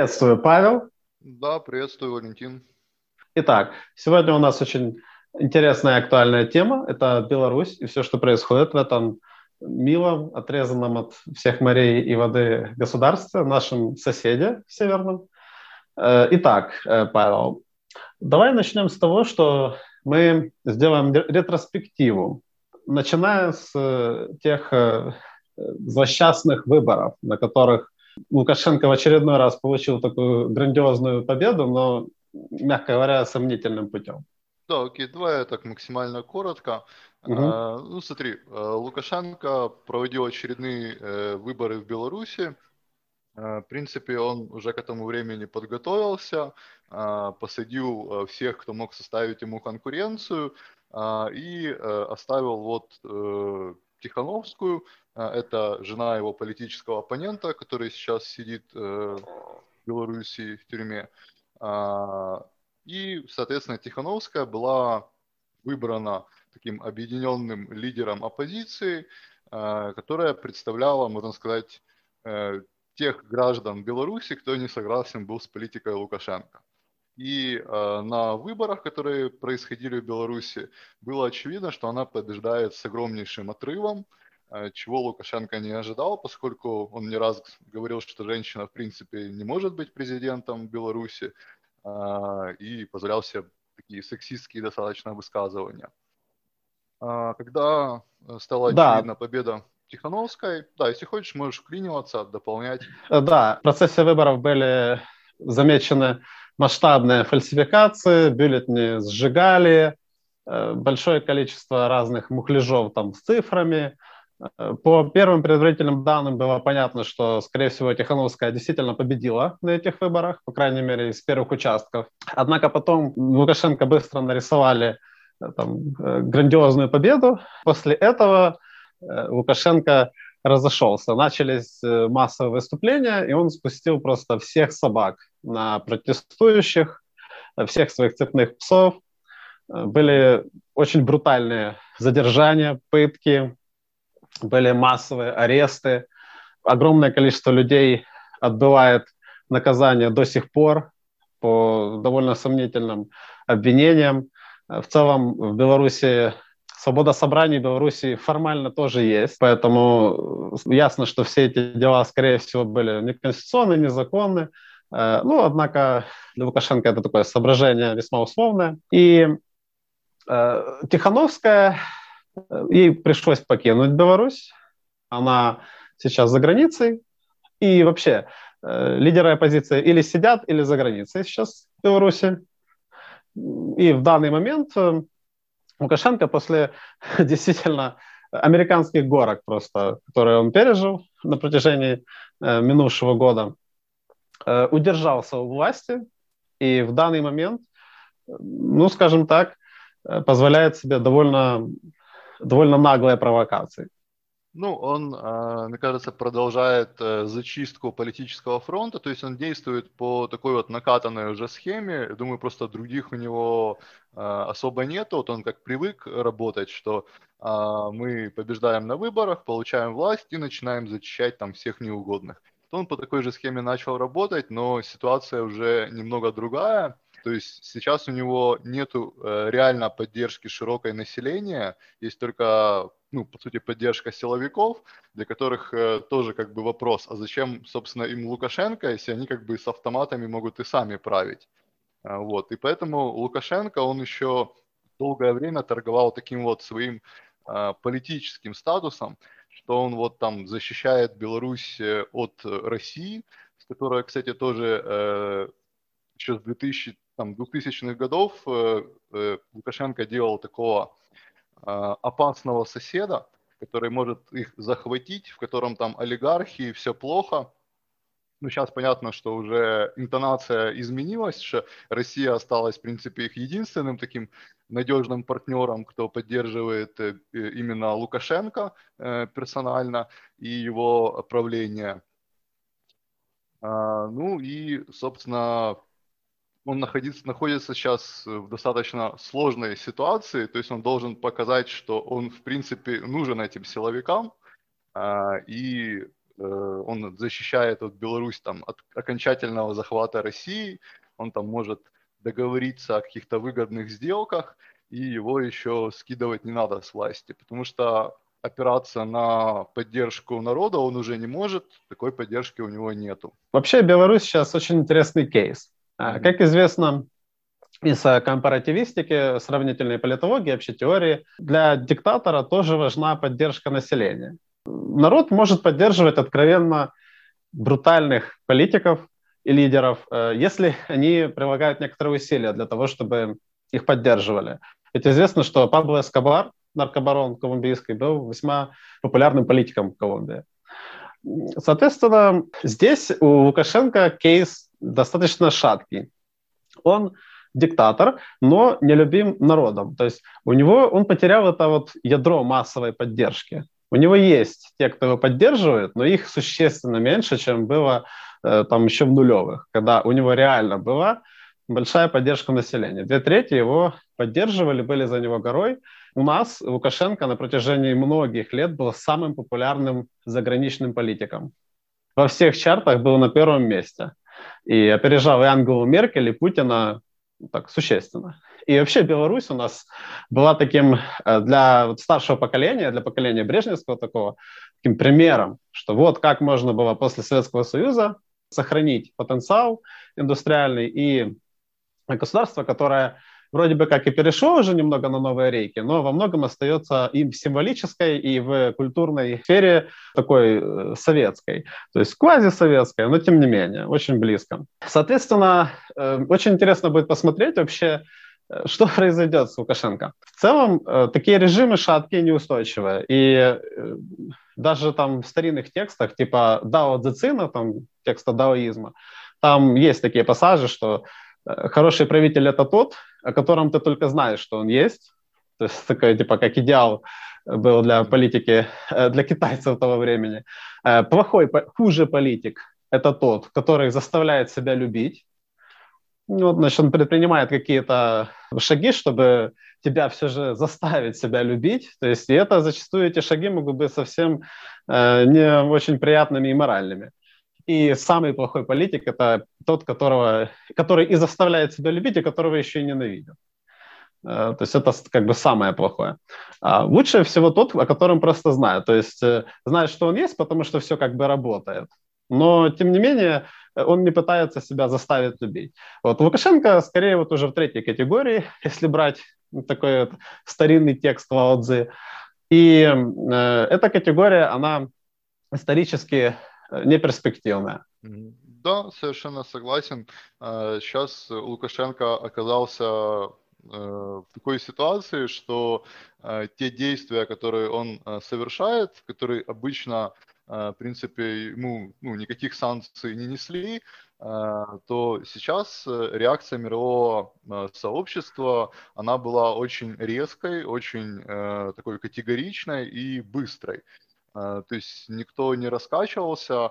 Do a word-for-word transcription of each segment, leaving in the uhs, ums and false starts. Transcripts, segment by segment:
Приветствую, Павел. Да, приветствую, Валентин. Итак, сегодня у нас очень интересная и актуальная тема. Это Беларусь и все, что происходит в этом милом, отрезанном от всех морей и воды государстве, нашем соседе северном. Э, Итак, э, Павел, давай начнем с того, что мы сделаем ре- ретроспективу, начиная с э, тех э, злосчастных выборов, на которых Лукашенко в очередной раз получил такую грандиозную победу, но, мягко говоря, сомнительным путем. Да, окей, давай я так максимально коротко. Угу. А, Ну, смотри, э, Лукашенко проводил очередные э, выборы в Беларуси. Э, В принципе, он уже к этому времени подготовился, а, посадил э, всех, кто мог составить ему конкуренцию, а, и э, оставил вот э, Тихановскую, а, это жена его политического оппонента, который сейчас сидит э, в Беларуси в тюрьме. А, И, соответственно, Тихановская была выбрана таким объединенным лидером оппозиции, а, которая представляла, можно сказать, э, тех граждан Беларуси, кто не согласен был с политикой Лукашенко. И э, на выборах, которые происходили в Беларуси, было очевидно, что она побеждает с огромнейшим отрывом, э, чего Лукашенко не ожидал, поскольку он не раз говорил, что женщина, в принципе, не может быть президентом Беларуси, э, и позволял себе такие сексистские достаточно высказывания. А, Когда э, стала Да, очевидна победа Тихановской, да, если хочешь, можешь вклиниваться, дополнять. э, да, в процессе выборов были замечены масштабные фальсификации, бюллетени сжигали, э, большое количество разных мухляжов там с цифрами. Э, По первым предварительным данным было понятно, что, скорее всего, Тихановская действительно победила на этих выборах, по крайней мере, из первых участков. Однако потом Лукашенко быстро нарисовали э, там, э, грандиозную победу. После этого э, Лукашенко разошелся. Начались э, массовые выступления, и он спустил просто всех собак на протестующих, э, всех своих цепных псов. Э, Были очень брутальные задержания, пытки, были массовые аресты. Огромное количество людей отбывает наказание до сих пор по довольно сомнительным обвинениям. В целом в Беларуси свобода собраний в Беларуси формально тоже есть, поэтому ясно, что все эти дела, скорее всего, были неконституционны, незаконны. Ну, однако для Лукашенко это такое соображение весьма условное. И э, Тихановская, ей пришлось покинуть Беларусь, она сейчас за границей, и вообще э, лидеры оппозиции или сидят, или за границей сейчас в Беларуси. И в данный момент э, Лукашенко после действительно американских горок просто, которые он пережил на протяжении э, минувшего года, э, удержался у власти и в данный момент, э, ну, скажем так, э, позволяет себе довольно, довольно наглые провокации. Ну, он, а, мне кажется, продолжает э, зачистку политического фронта, то есть он действует по такой вот накатанной уже схеме. Я думаю, просто других у него а, особо нету. Вот он как привык работать, что а, мы побеждаем на выборах, получаем власть и начинаем зачищать там всех неугодных. То он по такой же схеме начал работать, но ситуация уже немного другая. То есть сейчас у него нету э, реально поддержки широкой населения, есть только, ну, по сути, поддержка силовиков, для которых э, тоже как бы вопрос, а зачем, собственно, им Лукашенко, если они как бы с автоматами могут и сами править. А, Вот. И поэтому Лукашенко, он еще долгое время торговал таким вот своим а, политическим статусом, что он вот там защищает Беларусь э, от э, России, с которой, кстати, тоже э, еще с двухтысячных, там, двухтысячных годов э, э, Лукашенко делал такого э, опасного соседа, который может их захватить, в котором там олигархи и все плохо. Ну, сейчас понятно, что уже интонация изменилась, что Россия осталась, в принципе, их единственным таким надежным партнером, кто поддерживает э, именно Лукашенко э, персонально и его правление. А, Ну и, собственно, он находится, находится сейчас в достаточно сложной ситуации, то есть он должен показать, что он, в принципе, нужен этим силовикам, а, и он защищает вот Беларусь там от окончательного захвата России, он там может договориться о каких-то выгодных сделках, и его еще скидывать не надо с власти, потому что опираться на поддержку народа он уже не может, такой поддержки у него нету. Вообще Беларусь сейчас очень интересный кейс. Mm-hmm. Как известно, из компаративистики, сравнительной политологии, вообще теории, для диктатора тоже важна поддержка населения. Народ может поддерживать откровенно брутальных политиков и лидеров, если они прилагают некоторые усилия для того, чтобы их поддерживали. Ведь известно, что Пабло Эскобар, наркобарон колумбийский, был весьма популярным политиком в Колумбии. Соответственно, здесь у Лукашенко кейс достаточно шаткий. Он диктатор, но не любим народом. То есть у него, он потерял это вот ядро массовой поддержки. У него есть те, кто его поддерживает, но их существенно меньше, чем было э, там еще в нулевых, когда у него реально была большая поддержка населения. Две трети его поддерживали, были за него горой. У нас Лукашенко на протяжении многих лет был самым популярным заграничным политиком. Во всех чартах был на первом месте. И опережал и Ангелу Меркель, и Путина так существенно. И вообще Беларусь у нас была таким для старшего поколения, для поколения брежневского такого, таким примером, что вот как можно было после Советского Союза сохранить потенциал индустриальный и государство, которое вроде бы как и перешло уже немного на новые рейки, но во многом остается и в символической, и в культурной сфере такой э, советской, то есть квазисоветской, но тем не менее, очень близко. Соответственно, э, очень интересно будет посмотреть вообще, э, что произойдет с Лукашенко. В целом, э, такие режимы шаткие, неустойчивые, и э, даже там в старинных текстах, типа Дао Цзэ Цина, там текста даоизма, там есть такие пассажи, что хороший правитель – это тот, о котором ты только знаешь, что он есть. То есть такой, типа, как идеал был для политики, для китайцев того времени. Плохой, хуже политик – это тот, который заставляет себя любить. Вот, значит, он предпринимает какие-то шаги, чтобы тебя все же заставить себя любить. То есть и это зачастую эти шаги могут быть совсем э, не очень приятными и моральными. И самый плохой политик – это тот, которого, который и заставляет себя любить, и которого еще и ненавидят. То есть это как бы самое плохое. А лучше всего тот, о котором просто знают. То есть знают, что он есть, потому что все как бы работает. Но, тем не менее, он не пытается себя заставить любить. Вот Лукашенко скорее вот уже в третьей категории, если брать такой вот старинный текст Лао Цзы. И э, эта категория, она исторически неперспективная. Да, совершенно согласен. Сейчас Лукашенко оказался в такой ситуации, что те действия, которые он совершает, которые обычно, в принципе, ему ну, никаких санкций не несли, то сейчас реакция мирового сообщества, она была очень резкой, очень такой категоричной и быстрой. То есть никто не раскачивался,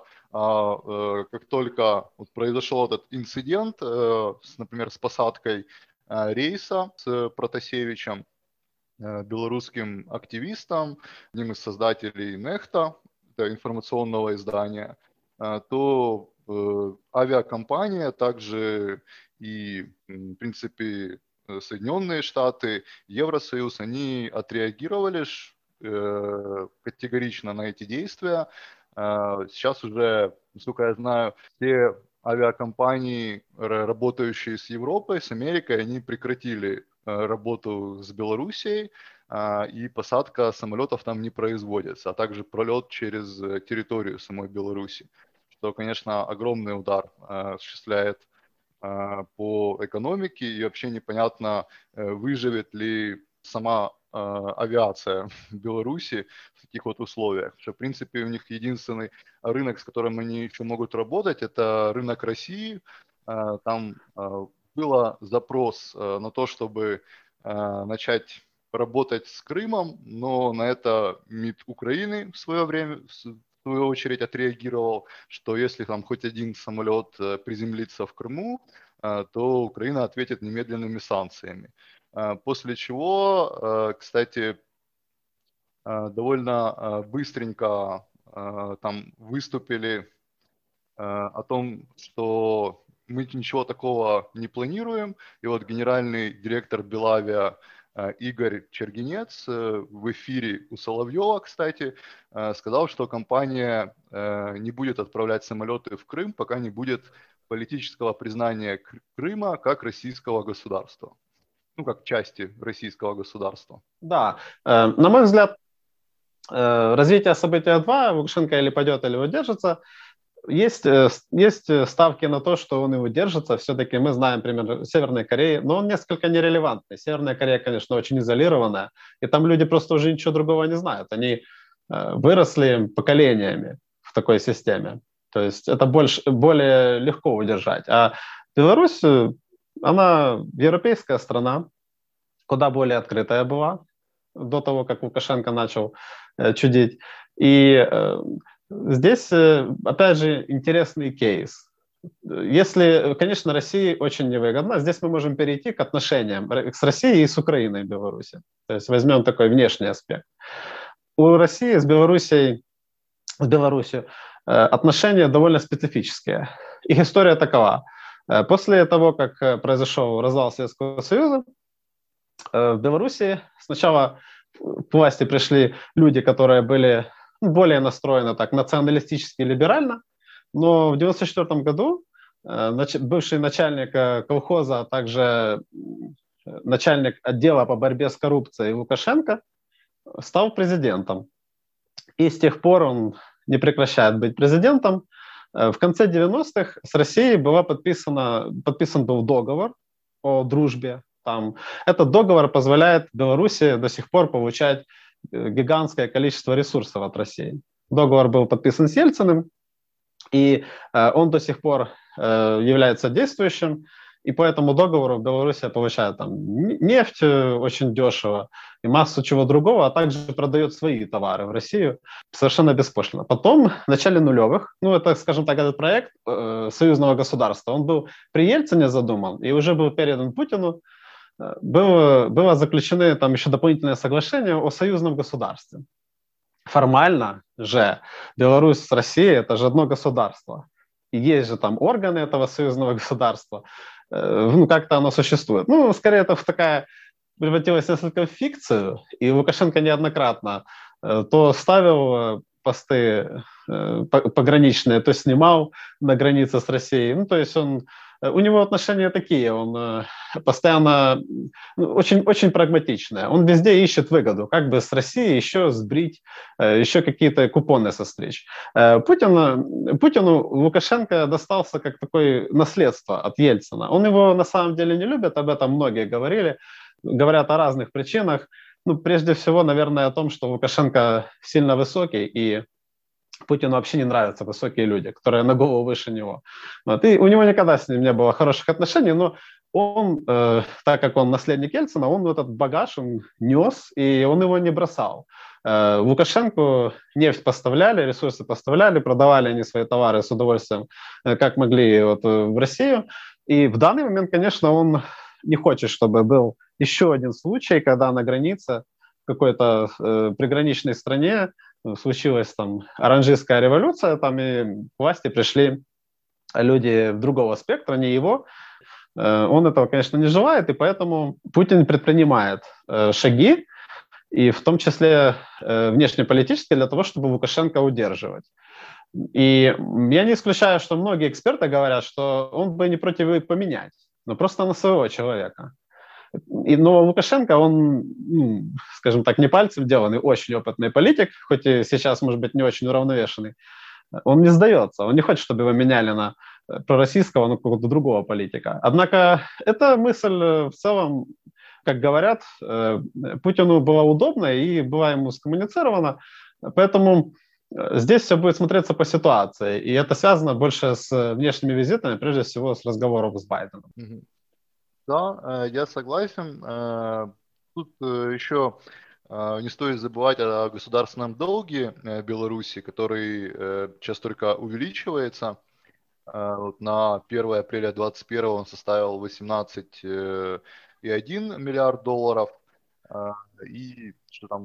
а как только вот произошел этот инцидент, с, например, с посадкой рейса с Протасевичем, белорусским активистом, одним из создателей Нехта, это информационного издания, то авиакомпания, также и, в принципе, Соединенные Штаты, Евросоюз, они отреагировали категорично на эти действия. Сейчас уже, насколько я знаю, все авиакомпании, работающие с Европой, с Америкой, они прекратили работу с Белоруссией, и посадка самолетов там не производится, а также пролет через территорию самой Беларуси, что, конечно, огромный удар осуществляет по экономике, и вообще непонятно, выживет ли сама авиация в Беларуси в таких вот условиях. Что, в принципе, у них единственный рынок, с которым они еще могут работать, это рынок России. Там был запрос на то, чтобы начать работать с Крымом, но на это МИД Украины в свое время, в свою очередь, отреагировал, что если там хоть один самолет приземлится в Крыму, то Украина ответит немедленными санкциями. После чего, кстати, довольно быстренько там выступили о том, что мы ничего такого не планируем. И вот генеральный директор Белавиа Игорь Чергинец в эфире у Соловьева, кстати, сказал, что компания не будет отправлять самолеты в Крым, пока не будет политического признания Крыма как российского государства. Ну, как части российского государства. Да, на мой взгляд, развитие события два, Лукашенко или пойдет, или удержится. Есть, есть ставки на то, что он и удержится. Все-таки мы знаем пример Северной Кореи, но он несколько нерелевантный. Северная Корея, конечно, очень изолированная, и там люди просто уже ничего другого не знают. Они выросли поколениями в такой системе. То есть это больше, более легко удержать. А Беларусь, она европейская страна, куда более открытая была до того, как Лукашенко начал чудить. И здесь, опять же, интересный кейс. Если, конечно, России очень невыгодно, здесь мы можем перейти к отношениям с Россией и с Украиной и Беларусью. То есть возьмем такой внешний аспект. У России с Белоруссией, с Беларусью отношения довольно специфические. Их история такова. После того, как произошел развал Советского Союза, в Беларуси сначала к власти пришли люди, которые были более настроены так националистически и либерально, но в девяносто четвёртом году бывший начальник колхоза, а также начальник отдела по борьбе с коррупцией Лукашенко стал президентом. И с тех пор он не прекращает быть президентом. В конце девяностых с Россией была подписана, подписан был договор о дружбе. Там, этот договор позволяет Беларуси до сих пор получать гигантское количество ресурсов от России. Договор был подписан с Ельциным, и э, он до сих пор э, является действующим, и по этому договору Беларусь получает там нефть очень дешево и массу чего другого, а также продает свои товары в Россию совершенно беспошлино. Потом, в начале нулевых, ну это, скажем так, этот проект э, союзного государства, он был при Ельцине задуман и уже был передан Путину. Было, было заключены там еще дополнительные соглашения о союзном государстве. Формально же Беларусь с Россией – это же одно государство. И есть же там органы этого союзного государства. Ну, как-то оно существует. Ну, скорее, это такая превратилась несколько в фикцию. И Лукашенко неоднократно то ставил посты пограничные, то снимал на границе с Россией. Ну, то есть он... У него отношения такие, он постоянно очень, очень прагматичный. Он везде ищет выгоду, как бы с Россией еще сбрить, еще какие-то купоны состричь. Путин, Путину Лукашенко достался как такое наследство от Ельцина. Он его на самом деле не любит, об этом многие говорили, говорят о разных причинах. Ну, прежде всего, наверное, о том, что Лукашенко сильно высокий, и Путину вообще не нравятся высокие люди, которые на голову выше него. Вот. И у него никогда с ним не было хороших отношений, но он, э, так как он наследник Ельцина, он этот багаж он нес, и он его не бросал. Э, Лукашенко нефть поставляли, ресурсы поставляли, продавали они свои товары с удовольствием, э, как могли вот, в Россию. И в данный момент, конечно, он не хочет, чтобы был еще один случай, когда на границе в какой-то э, приграничной стране случилась там оранжистская революция, там и к власти пришли люди другого спектра, не его. Он этого, конечно, не желает, и поэтому Путин предпринимает шаги, и в том числе внешнеполитические, для того, чтобы Лукашенко удерживать. И я не исключаю, что многие эксперты говорят, что он бы не против их поменять, но просто на своего человека. И, но Лукашенко, он, ну, скажем так, не пальцем деланный, очень опытный политик, хоть и сейчас, может быть, не очень уравновешенный. Он не сдается, он не хочет, чтобы его меняли на пророссийского, на какого-то другого политика. Однако эта мысль в целом, как говорят, Путину была удобна и была ему скоммуницирована, поэтому здесь все будет смотреться по ситуации, и это связано больше с внешними визитами, прежде всего с разговором с Байденом. Да, я согласен. Тут еще не стоит забывать о государственном долге Беларуси, который сейчас только увеличивается. На первое апреля две тысячи двадцать первого он составил восемнадцать и один миллиард долларов. И что там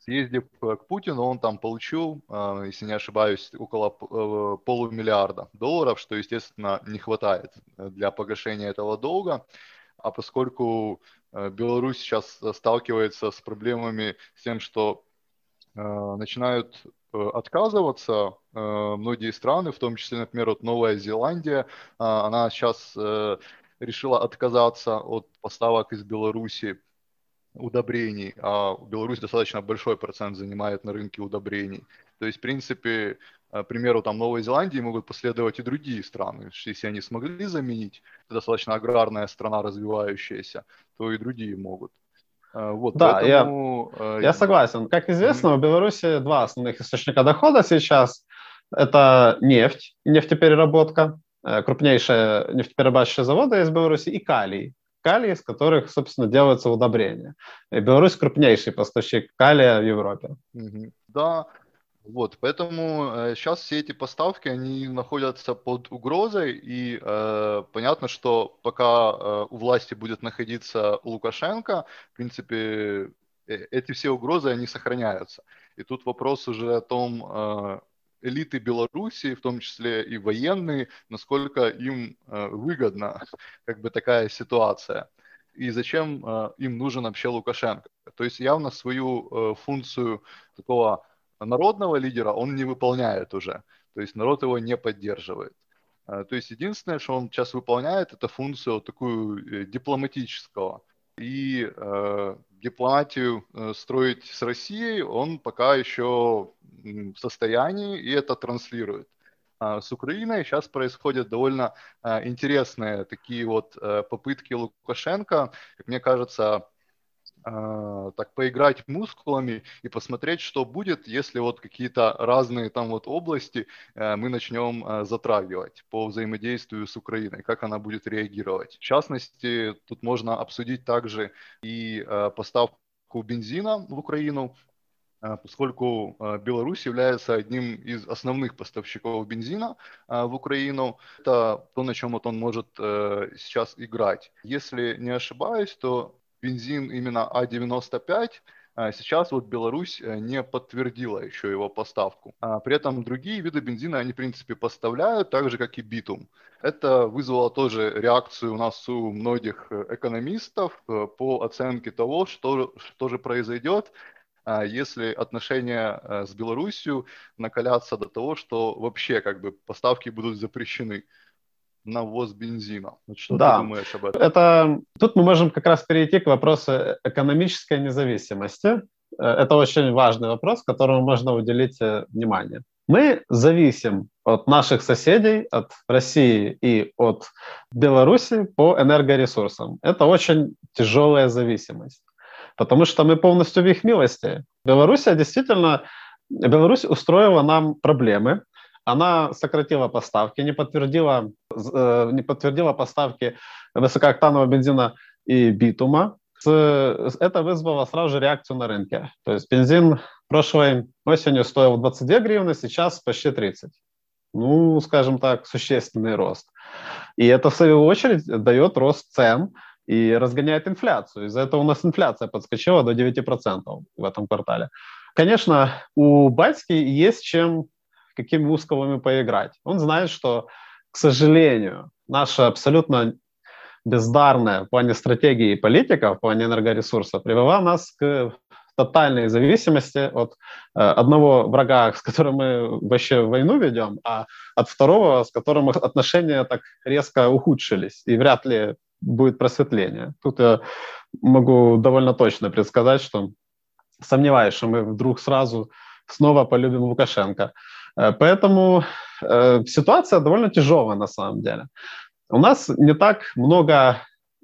съездив к Путину, он там получил, если не ошибаюсь, около полумиллиарда долларов, что, естественно, не хватает для погашения этого долга. А поскольку Беларусь сейчас сталкивается с проблемами с тем, что начинают отказываться многие страны, в том числе, например, вот Новая Зеландия, она сейчас решила отказаться от поставок из Беларуси удобрений, а Беларусь достаточно большой процент занимает на рынке удобрений. То есть, в принципе, к примеру, там Новой Зеландии могут последовать и другие страны. Если они смогли заменить, достаточно аграрная страна развивающаяся, то и другие могут. Вот, Да, я, поэтому... я согласен. Как известно, Мгм. у Беларуси два основных источника дохода сейчас. Это нефть и нефтепереработка. Э, Крупнейшие нефтеперерабатывающие заводы из Беларуси, и калий. Калий, из которых, собственно, делаются удобрения. И Беларусь крупнейший поставщик калия в Европе. Мгм. Да, вот, поэтому э, сейчас все эти поставки, они находятся под угрозой, и э, понятно, что пока э, у власти будет находиться Лукашенко, в принципе, э, эти все угрозы, они сохраняются. И тут вопрос уже о том, э, элиты Беларуси, в том числе и военные, насколько им э, выгодна как бы такая ситуация. И зачем э, им нужен вообще Лукашенко. То есть явно свою э, функцию такого народного лидера он не выполняет уже. То есть народ его не поддерживает. То есть единственное, что он сейчас выполняет, это функцию такую дипломатического. И э, дипломатию э, строить с Россией он пока еще в состоянии и это транслирует. А с Украиной сейчас происходят довольно э, интересные такие вот э, попытки Лукашенко, как мне кажется, так поиграть мускулами и посмотреть, что будет, если вот какие-то разные там вот области мы начнем затрагивать по взаимодействию с Украиной, как она будет реагировать. В частности, тут можно обсудить также и поставку бензина в Украину, поскольку Беларусь является одним из основных поставщиков бензина в Украину. Это то, на чем вот он может сейчас играть. Если не ошибаюсь, то бензин именно А девяносто пять сейчас вот Беларусь не подтвердила еще его поставку. При этом другие виды бензина они, в принципе, поставляют, так же, как и битум. Это вызвало тоже реакцию у нас у многих экономистов по оценке того, что, что же произойдет, если отношения с Беларусью накалятся до того, что вообще как бы поставки будут запрещены на ввоз бензина. Вот что ты Да, думаешь об этом? это, тут мы можем как раз перейти к вопросу экономической независимости. Это очень важный вопрос, которому можно уделить внимание. Мы зависим от наших соседей, от России и от Беларуси по энергоресурсам. Это очень тяжелая зависимость, потому что мы полностью в их милости. Белоруссия действительно, Беларусь устроила нам проблемы. Она сократила поставки, не подтвердила, не подтвердила поставки высокооктанового бензина и битума. Это вызвало сразу же реакцию на рынке. То есть бензин прошлой осенью стоил двадцать две гривны, сейчас почти тридцать. Ну, скажем так, существенный рост. И это, в свою очередь, дает рост цен и разгоняет инфляцию. Из-за этого у нас инфляция подскочила до девяти процентов в этом квартале. Конечно, у Батьки есть чем, какими мускулами поиграть. Он знает, что, к сожалению, наша абсолютно бездарная в плане стратегии и политика, в плане энергоресурсов, привела нас к тотальной зависимости от э, одного врага, с которым мы вообще войну ведем, а от второго, с которым отношения так резко ухудшились, и вряд ли будет просветление. Тут я могу довольно точно предсказать, что сомневаюсь, что мы вдруг сразу снова полюбим Лукашенко. Поэтому э, ситуация довольно тяжелая на самом деле. У нас не так много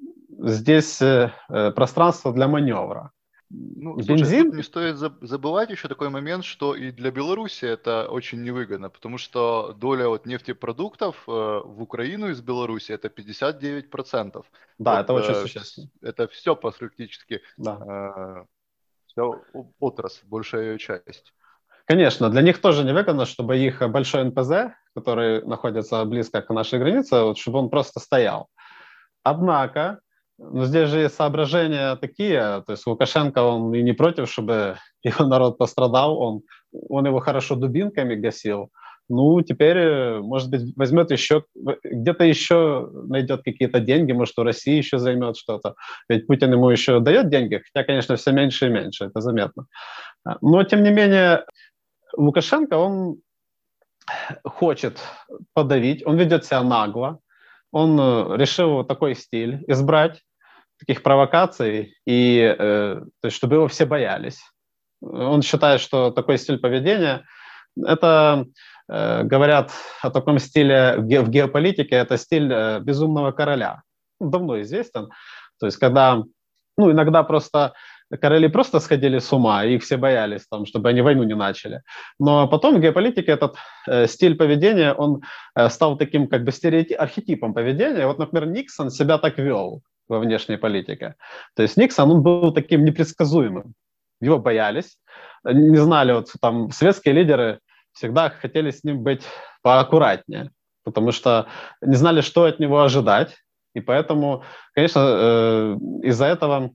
здесь э, пространства для маневра. Ну, И слушай, бензин... тут не стоит забывать еще такой момент, что и для Беларуси это очень невыгодно, потому что доля вот нефтепродуктов э, в Украину из Беларуси это пятьдесят девять процентов. Да, Вот это очень э, существенно. это все практически, Да. э, вся отрасль, большая ее часть. Конечно, для них тоже невыгодно, чтобы их большой эн пэ зэ, который находится близко к нашей границе, вот, чтобы он просто стоял. Однако Но здесь же есть соображения такие, то есть Лукашенко, он и не против, чтобы его народ пострадал, он, он его хорошо дубинками гасил. Ну, теперь, может быть, возьмет еще, где-то еще найдет какие-то деньги, может, у России еще займет что-то. Ведь Путин ему еще дает деньги, хотя, конечно, все меньше и меньше, это заметно. Но, тем не менее, Лукашенко, он хочет подавить, он ведет себя нагло, он решил такой стиль избрать, таких провокаций, и э, то есть, чтобы его все боялись. Он считает, что такой стиль поведения, это, э, говорят о таком стиле в, ге- в геополитике, это стиль э, безумного короля. Он давно известен. То есть, когда, ну, иногда просто короли просто сходили с ума, и их все боялись, там, чтобы они войну не начали. Но потом в геополитике этот э, стиль поведения, он э, стал таким как бы стереотип, архетипом поведения. Вот, например, Никсон себя так вел во внешней политике. То есть Никсон, он был таким непредсказуемым. Его боялись, не знали, вот там светские лидеры всегда хотели с ним быть поаккуратнее, потому что не знали, что от него ожидать. И поэтому, конечно, э, из-за этого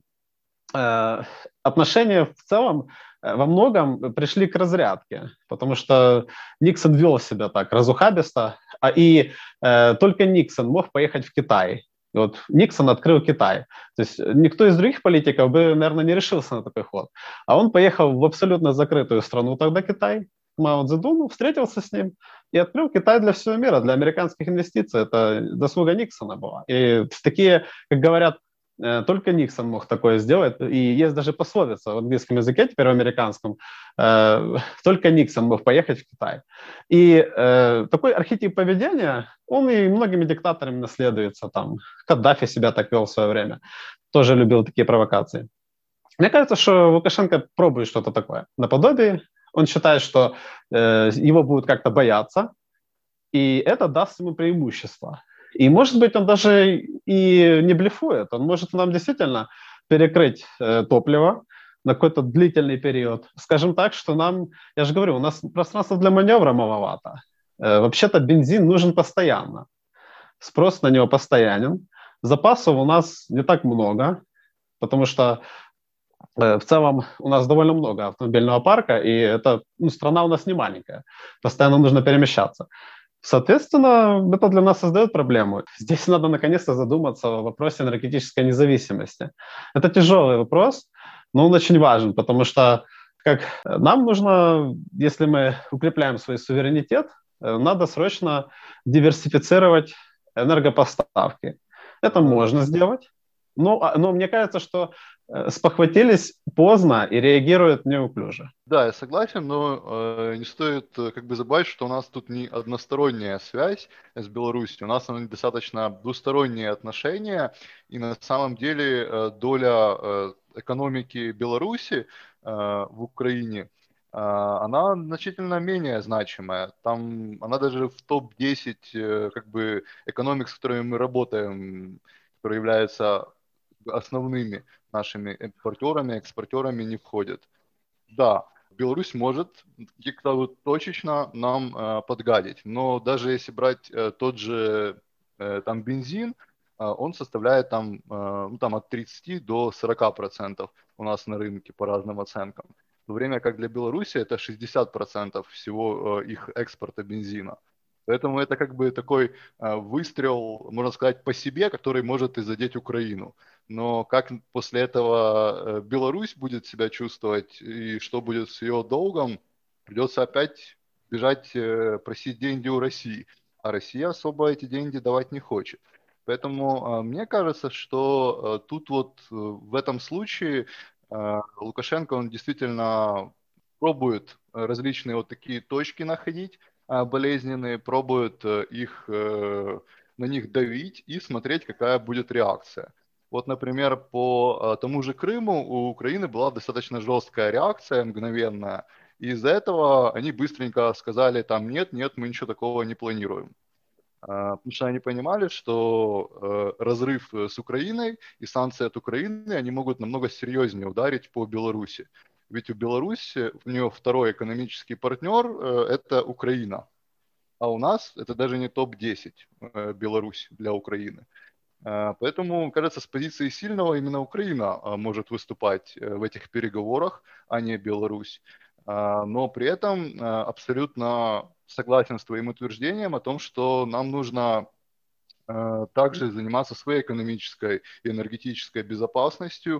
э, отношения в целом э, во многом пришли к разрядке, потому что Никсон вел себя так разухабисто, а и э, только Никсон мог поехать в Китай. И вот Никсон открыл Китай. То есть никто из других политиков бы, наверное, не решился на такой ход. А он поехал в абсолютно закрытую страну тогда, Китай, Мао Цзэдуну, встретился с ним и открыл Китай для всего мира, для американских инвестиций. Это заслуга Никсона была. И такие, как говорят, только Никсон мог такое сделать. И есть даже пословица в английском языке, теперь в американском, э, только Никсон мог поехать в Китай. И э, такой архетип поведения, он и многими диктаторами наследуется. Там Каддафи себя так вел в свое время, тоже любил такие провокации. Мне кажется, что Лукашенко пробует что-то такое наподобие. Он считает, что э, его будут как-то бояться, и это даст ему преимущество. И, может быть, он даже и не блефует. Он может нам действительно перекрыть э, топливо на какой-то длительный период. Скажем так, что нам, я же говорю, у нас пространства для маневра маловато. Э, вообще-то бензин нужен постоянно. Спрос на него постоянен. Запасов у нас не так много, потому что э, в целом у нас довольно много автомобильного парка, и это, ну, страна у нас не маленькая. Постоянно нужно перемещаться. Соответственно, это для нас создает проблему. Здесь надо наконец-то задуматься о вопросе энергетической независимости. Это тяжелый вопрос, но он очень важен, потому что как нам нужно, если мы укрепляем свой суверенитет, надо срочно диверсифицировать энергопоставки. Это можно сделать, но, но мне кажется, что спохватились поздно и реагируют неуклюже. Да, я согласен, но э, не стоит э, как бы забывать, что у нас тут не односторонняя связь с Беларусью, у нас они достаточно двусторонние отношения, и на самом деле э, доля э, экономики Беларуси э, в Украине, э, она значительно менее значимая. Там она даже в топ десять э, как бы экономик, с которыми мы работаем, которые являются основными нашими импортерами, экспортерами, не входит. Да, Беларусь может как-то вот точечно нам э, подгадить, но даже если брать э, тот же э, там бензин, э, он составляет там, э, ну, там от тридцати до сорока процентов у нас на рынке по разным оценкам. В то время как для Беларуси это шестьдесят процентов всего э, их экспорта бензина. Поэтому это как бы такой э, выстрел, можно сказать, по себе, который может и задеть Украину. Но как после этого Беларусь будет себя чувствовать и что будет с ее долгом, придется опять бежать просить деньги у России. А Россия особо эти деньги давать не хочет. Поэтому мне кажется, что тут вот в этом случае Лукашенко, он действительно пробует различные вот такие точки находить болезненные, пробует их, на них давить и смотреть, какая будет реакция. Вот, например, по тому же Крыму у Украины была достаточно жесткая реакция, мгновенная, и из-за этого они быстренько сказали там нет, нет, мы ничего такого не планируем. Потому что они понимали, что разрыв с Украиной и санкции от Украины, они могут намного серьезнее ударить по Беларуси. Ведь у Беларуси, у нее второй экономический партнер – это Украина. А у нас это даже не топ десять Беларусь для Украины. Поэтому, кажется, с позиции сильного именно Украина может выступать в этих переговорах, а не Беларусь. Но при этом абсолютно согласен с твоим утверждением о том, что нам нужно также заниматься своей экономической и энергетической безопасностью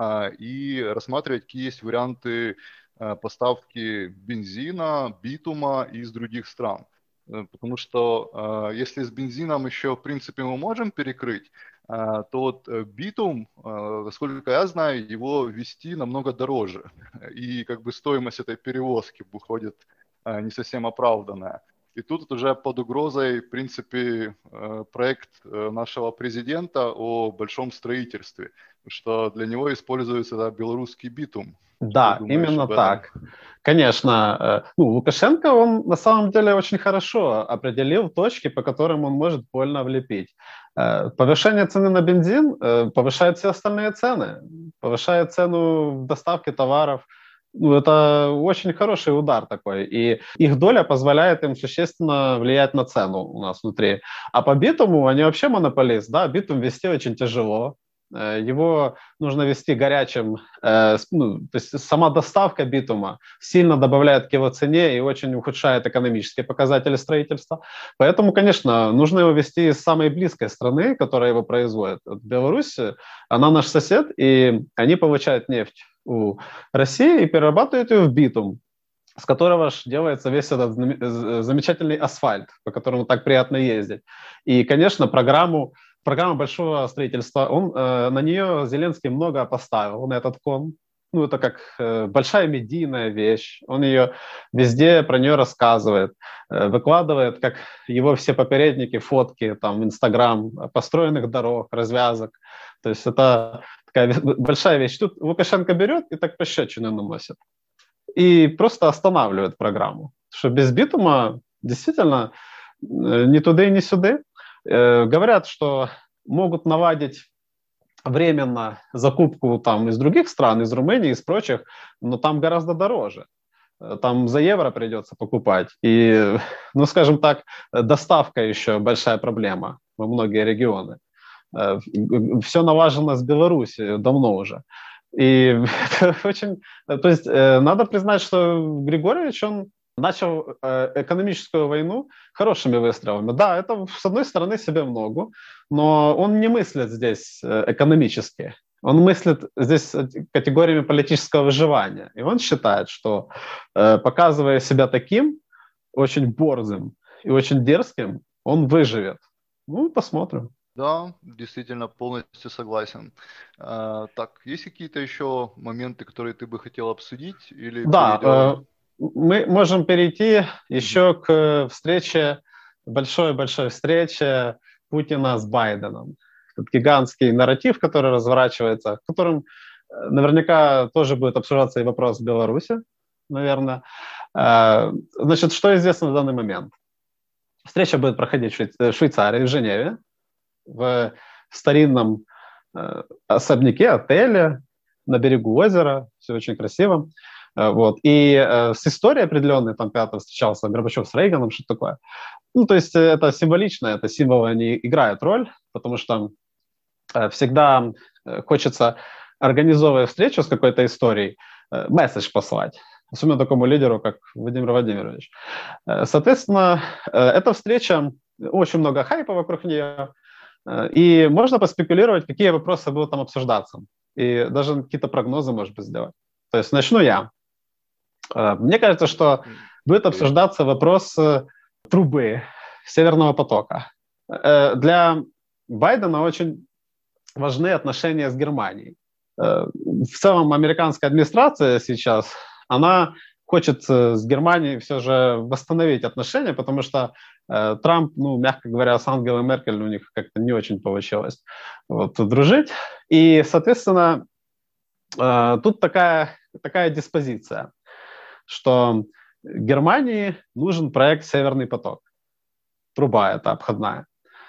и рассматривать, какие есть варианты поставки бензина, битума из других стран. Потому что если с бензином еще, в принципе, мы можем перекрыть, то вот битум, насколько я знаю, его везти намного дороже. И как бы стоимость этой перевозки выходит не совсем оправданная. И тут уже под угрозой, в принципе, проект нашего президента о большом строительстве, что для него используется да, белорусский битум. Что Да, думаешь именно об этом? так. Конечно, ну, Лукашенко, он на самом деле очень хорошо определил точки, по которым он может больно влепить. Повышение цены на бензин повышает все остальные цены, повышает цену доставки товаров. Ну, это очень хороший удар такой, и их доля позволяет им существенно влиять на цену у нас внутри. А по битуму они вообще монополист, да, битум вести очень тяжело. Его нужно вести горячим, э, ну, то есть сама доставка битума сильно добавляет к его цене и очень ухудшает экономические показатели строительства. Поэтому, конечно, нужно его вести из самой близкой страны, которая его производит. Вот Беларусь, она наш сосед, и они получают нефть у России и перерабатывают ее в битум, с которого ж делается весь этот замечательный асфальт, по которому так приятно ездить. И, конечно, программу Программа большого строительства, он, э, на нее Зеленский много поставил, на этот кон. Ну, это как э, большая медийная вещь. Он ее везде про нее рассказывает, э, выкладывает, как его все попередники, фотки там в Инстаграм, построенных дорог, развязок. То есть это такая большая вещь. Тут Лукашенко берет и так пощечину наносит. И просто останавливает программу. Что без битума действительно э, ни туда и ни сюда. Говорят, что могут наладить временно закупку там из других стран, из Румынии, из прочих, но там гораздо дороже. Там за евро придется покупать. И, ну, скажем так, доставка еще большая проблема во многие регионы. Все налажено с Беларуси давно уже. И очень... То есть надо признать, что Григорьевич, он начал экономическую войну хорошими выстрелами. Да, это, с одной стороны, себе много, но он не мыслит здесь экономически. Он мыслит здесь категориями политического выживания. И он считает, что, показывая себя таким, очень борзым и очень дерзким, он выживет. Ну, посмотрим. Да, действительно, полностью согласен. А, так, есть какие-то еще моменты, которые ты бы хотел обсудить, или Да, перейдем? мы можем перейти еще к встрече, большой-большой встрече Путина с Байденом. Этот гигантский нарратив, который разворачивается, в котором наверняка тоже будет обсуждаться и вопрос Беларуси, наверное. Значит, что известно в данный момент? Встреча будет проходить в Швейцарии, в Женеве, в старинном особняке, отеле на берегу озера, все очень красиво. Вот. И э, с историей определенной, там когда-то встречался Горбачев с Рейганом, что-то такое. Ну, то есть это символично, это символы, они играют роль, потому что э, всегда хочется, организовывая встречу с какой-то историей, э, месседж послать, особенно такому лидеру, как Владимир Владимирович. Э, соответственно, э, эта встреча, очень много хайпа вокруг нее, э, и можно поспекулировать, какие вопросы будут там обсуждаться, и даже какие-то прогнозы, может быть, сделать. То есть начну я. Мне кажется, что будет обсуждаться вопрос трубы Северного потока. Для Байдена очень важны отношения с Германией. В целом американская администрация сейчас, она хочет с Германией все же восстановить отношения, потому что Трамп, ну, мягко говоря, с Ангелой Меркель у них как-то не очень получилось вот, дружить. И, соответственно, тут такая, такая диспозиция, что Германии нужен проект «Северный поток». Труба эта обходная.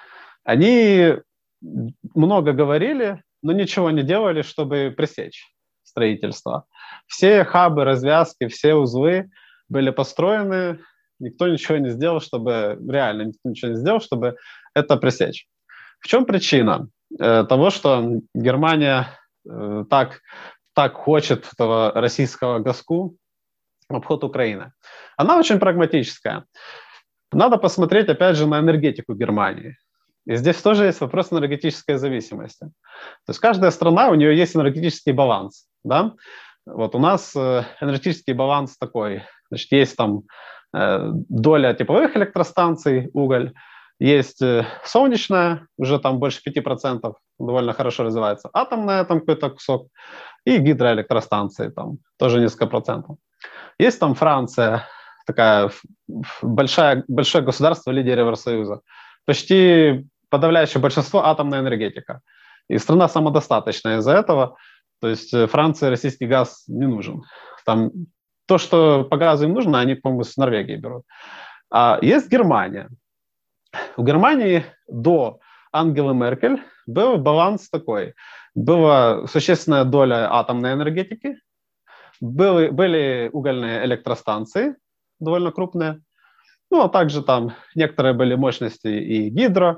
Они много говорили, но ничего не делали, чтобы пресечь строительство. Все хабы, развязки, все узлы были построены, никто ничего не сделал, чтобы, реально никто ничего не сделал, чтобы это пресечь. В чем причина э, того, что Германия э, так, так хочет этого российского газку в обход Украины? Она очень прагматическая. Надо посмотреть, опять же, на энергетику Германии. И здесь тоже есть вопрос энергетической зависимости. То есть каждая страна, у нее есть энергетический баланс. Да? Вот у нас э, энергетический баланс такой. Значит, есть там э, доля тепловых электростанций, уголь, есть э, солнечная, уже там больше пяти процентов, довольно хорошо развивается, атомная там какой-то кусок, и гидроэлектростанции там тоже несколько процентов. Есть там Франция, такая большая, большое государство, лидер Евросоюза. Почти подавляющее большинство атомная энергетика. И страна самодостаточная из-за этого. То есть Франции российский газ не нужен. Там то, что по газу им нужно, они, по-моему, с Норвегии берут. А есть Германия. В Германии до Ангелы Меркель был баланс такой. Была существенная доля атомной энергетики, были, были угольные электростанции, довольно крупные, ну, а также там некоторые были мощности и гидро,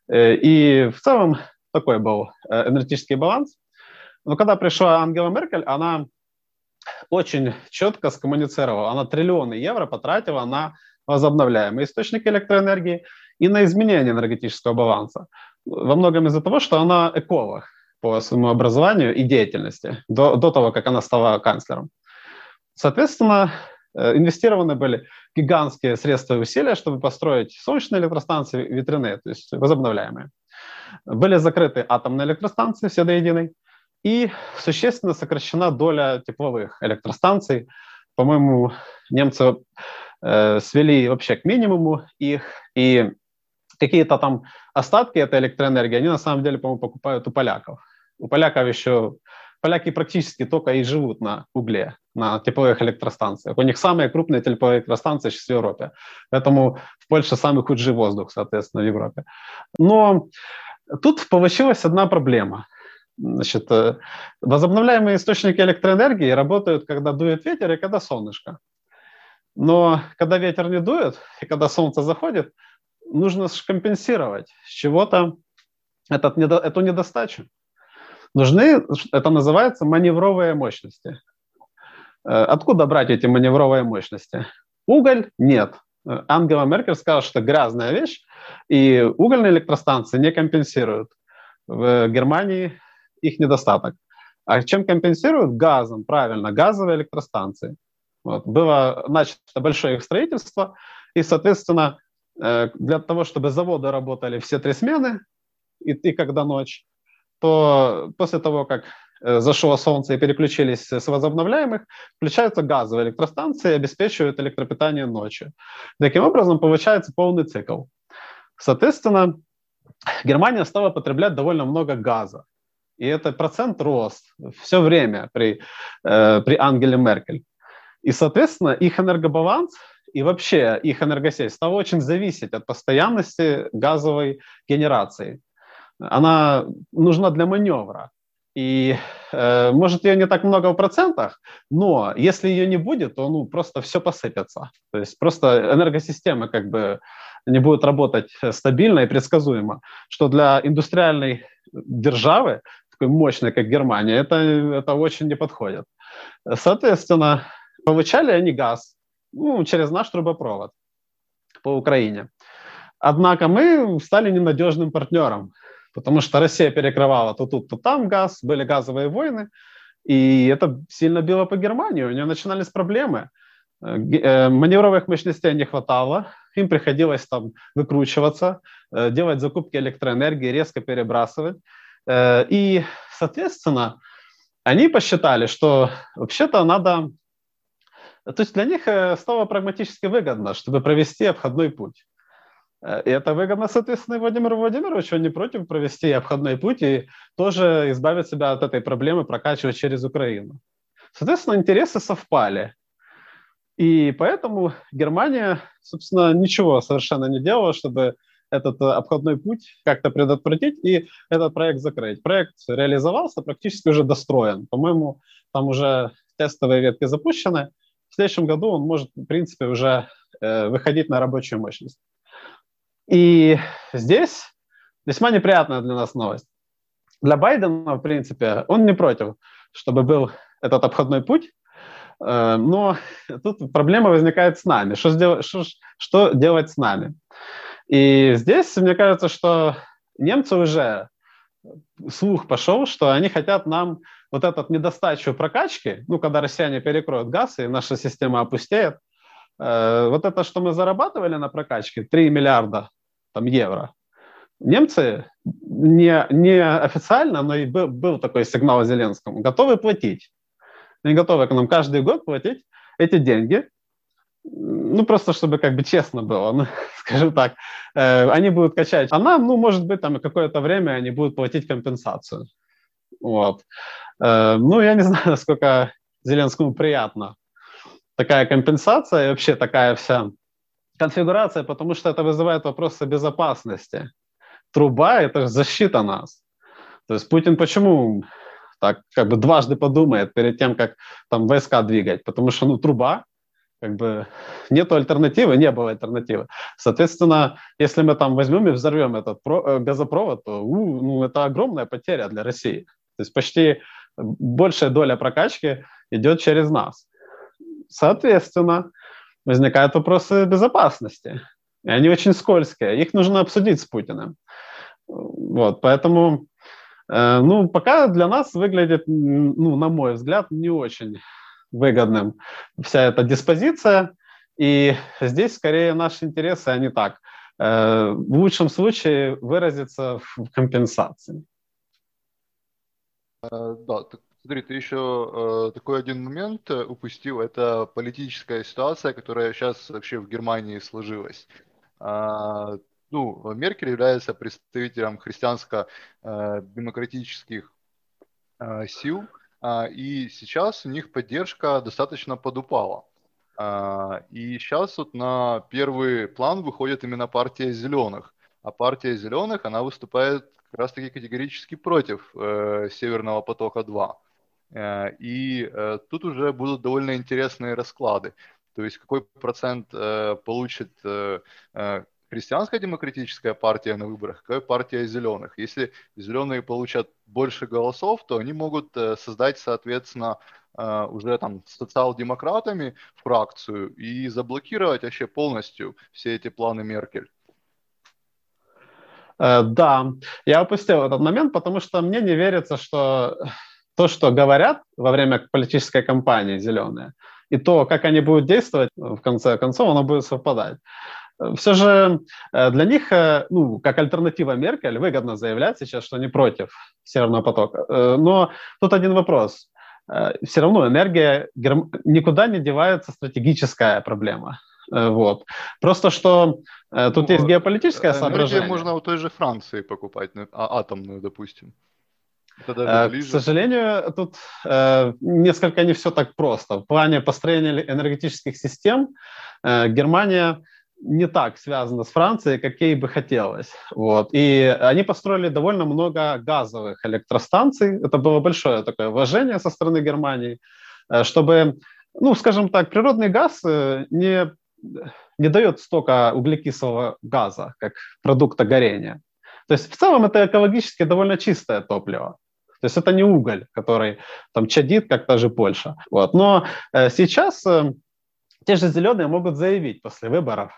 и в целом такой был энергетический баланс. Но когда пришла Ангела Меркель, она очень четко скоммуницировала, она триллионы евро потратила на возобновляемые источники электроэнергии и на изменение энергетического баланса. Во многом из-за того, что она эколог по своему образованию и деятельности до, до того, как она стала канцлером. Соответственно, инвестированы были гигантские средства и усилия, чтобы построить солнечные электростанции, ветряные, то есть возобновляемые. Были закрыты атомные электростанции, все до единой, и существенно сокращена доля тепловых электростанций. По-моему, немцы э, свели вообще к минимуму их, и какие-то там остатки этой электроэнергии, они на самом деле, по-моему, покупают у поляков. У поляков еще... Поляки практически только и живут на угле, на тепловых электростанциях. У них самые крупные тепловые электростанции сейчас в Европе. Поэтому в Польше самый худший воздух, соответственно, в Европе. Но тут получилась одна проблема. Значит, возобновляемые источники электроэнергии работают, когда дует ветер и когда солнышко. Но когда ветер не дует и когда солнце заходит, нужно компенсировать с чего-то этот, эту недостачу. Нужны, это называется, маневровые мощности. Откуда брать эти маневровые мощности? Уголь? Нет. Ангела Меркель сказала, что это грязная вещь, и угольные электростанции не компенсируют в Германии их недостаток. А чем компенсируют? Газом, правильно, газовые электростанции. Вот. Было начато большое их строительство, и, соответственно, для того, чтобы заводы работали все три смены, и, и когда ночь, то после того, как э, зашло солнце и переключились с возобновляемых, включаются газовые электростанции и обеспечивают электропитание ночью. Таким образом, получается полный цикл. Соответственно, Германия стала потреблять довольно много газа. И этот процент рос все время при, э, при Ангеле Меркель. И, соответственно, их энергобаланс и вообще их энергосеть стала очень зависеть от постоянности газовой генерации. Она нужна для маневра. И э, может ее не так много в процентах, но если ее не будет, то ну, просто все посыпется. То есть просто энергосистема как бы не будет работать стабильно и предсказуемо, что для индустриальной державы, такой мощной, как Германия, это, это очень не подходит. Соответственно, получали они газ ну, через наш трубопровод по Украине. Однако мы стали ненадежным партнером, потому что Россия перекрывала то тут, то там газ, были газовые войны, и это сильно било по Германии, у нее начинались проблемы. Маневровых мощностей не хватало, им приходилось там выкручиваться, делать закупки электроэнергии, резко перебрасывать. И, соответственно, они посчитали, что вообще-то надо... То есть для них стало прагматически выгодно, чтобы провести обходной путь. И это выгодно, соответственно, Владимиру Владимировичу, он не против провести обходной путь и тоже избавить себя от этой проблемы, прокачивать через Украину. Соответственно, интересы совпали. И поэтому Германия, собственно, ничего совершенно не делала, чтобы этот обходной путь как-то предотвратить и этот проект закрыть. Проект реализовался, практически уже достроен. По-моему, там уже тестовые ветки запущены. В следующем году он может, в принципе, уже э, выходить на рабочую мощность. И здесь весьма неприятная для нас новость. Для Байдена, в принципе, он не против, чтобы был этот обходной путь, но тут проблема возникает с нами. Что, сделать, что, что делать с нами? И здесь, мне кажется, что немцы уже, слух пошел, что они хотят нам вот эту недостачу прокачки, ну, когда россияне перекроют газ и наша система опустеет, вот это, что мы зарабатывали на прокачке, три миллиарда там, евро, немцы не, не официально, но и был, был такой сигнал Зеленскому, готовы платить. Они готовы к нам каждый год платить эти деньги, ну, просто чтобы как бы честно было, ну, скажем так, э, они будут качать, а нам, ну, может быть, там какое-то время они будут платить компенсацию. Вот. Э, ну, я не знаю, насколько Зеленскому приятно такая компенсация и вообще такая вся конфигурация, потому что это вызывает вопросы безопасности. Труба – это же защита нас. То есть Путин почему так как бы дважды подумает перед тем, как там войска двигать? Потому что, ну, труба, как бы нету альтернативы, не было альтернативы. Соответственно, если мы там возьмем и взорвем этот про, газопровод, то у, ну, это огромная потеря для России. То есть почти большая доля прокачки идет через нас. Соответственно, возникают вопросы безопасности. И они очень скользкие. Их нужно обсудить с Путиным. Вот, поэтому, э, ну, пока для нас выглядит, ну, на мой взгляд, не очень выгодным вся эта диспозиция. И здесь скорее наши интересы, они так, э, в лучшем случае выразятся в компенсации. Да, смотри, ты еще э, такой один момент упустил, это политическая ситуация, которая сейчас вообще в Германии сложилась. А, ну, Меркель является представителем христианско-демократических э, сил, э, и сейчас у них поддержка достаточно подупала. Э, и сейчас вот на первый план выходит именно партия зеленых. А партия зеленых, она выступает как раз-таки категорически против э, Северного потока-два. Э, и э, тут уже будут довольно интересные расклады. То есть какой процент э, получит э, э, христианская демократическая партия на выборах, какая партия зеленых. Если зеленые получат больше голосов, то они могут э, создать, соответственно, э, уже там с социал-демократами фракцию и заблокировать вообще полностью все эти планы Меркель. Да, я упустил этот момент, потому что мне не верится, что то, что говорят во время политической кампании зеленые, и то, как они будут действовать, в конце концов, оно будет совпадать. Все же для них, ну, как альтернатива Меркель, выгодно заявлять сейчас, что они против Северного потока. Но тут один вопрос. Все равно энергия никуда не девается, стратегическая проблема. Вот. Просто что тут ну, есть геополитическое соображение. Энергию можно у той же Франции покупать, а атомную, допустим. Это даже ближе. К сожалению, тут э, несколько не все так просто. В плане построения энергетических систем э, Германия не так связана с Францией, как ей бы хотелось. Вот. И они построили довольно много газовых электростанций. Это было большое такое вложение со стороны Германии, э, чтобы, ну, скажем так, природный газ э, не... не дает столько углекислого газа, как продукта горения. То есть в целом это экологически довольно чистое топливо. То есть это не уголь, который там чадит, как та же Польша. Вот. Но э, сейчас э, те же зеленые могут заявить после выборов,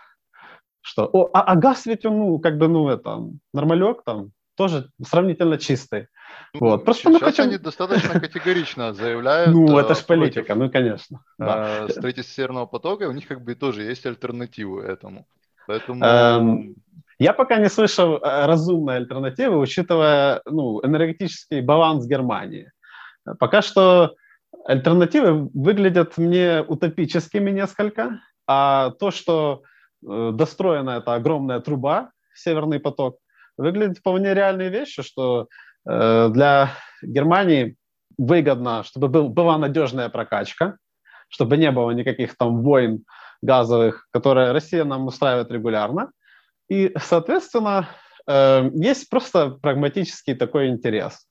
что О, а, а газ ведь он, ну, как бы, ну, это, нормалек там, тоже сравнительно чистый. Ну, вот. Просто сейчас мы хотим... они достаточно категорично заявляют. Ну, это же политика, ну, конечно. Да. Строительство Северного потока, у них как бы тоже есть альтернативы этому. Поэтому... Я пока не слышал разумной альтернативы, учитывая, ну, энергетический баланс Германии. Пока что альтернативы выглядят мне утопическими несколько, а то, что достроена эта огромная труба, Северный поток, выглядит вполне реальной вещью, что э, для Германии выгодно, чтобы был, была надежная прокачка, чтобы не было никаких там войн газовых, которые Россия нам устраивает регулярно. И, соответственно, э, есть просто прагматический такой интерес.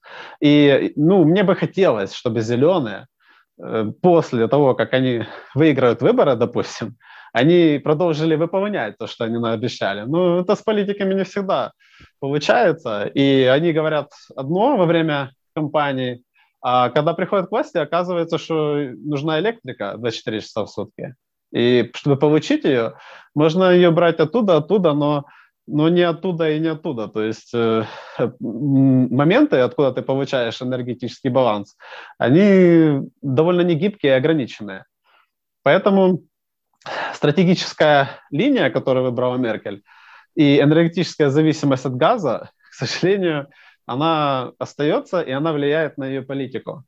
И, ну, мне бы хотелось, чтобы зеленые э, после того, как они выиграют выборы, допустим, они продолжили выполнять то, что они наобещали. Но это с политиками не всегда получается. И они говорят одно во время кампании, а когда приходят к власти, оказывается, что нужна электрика двадцать четыре часа в сутки. И чтобы получить ее, можно ее брать оттуда, оттуда, но, но не оттуда и не оттуда. То есть э, моменты, откуда ты получаешь энергетический баланс, они довольно негибкие и ограниченные. Поэтому стратегическая линия, которую выбрала Меркель, и энергетическая зависимость от газа, к сожалению, она остается, и она влияет на ее политику.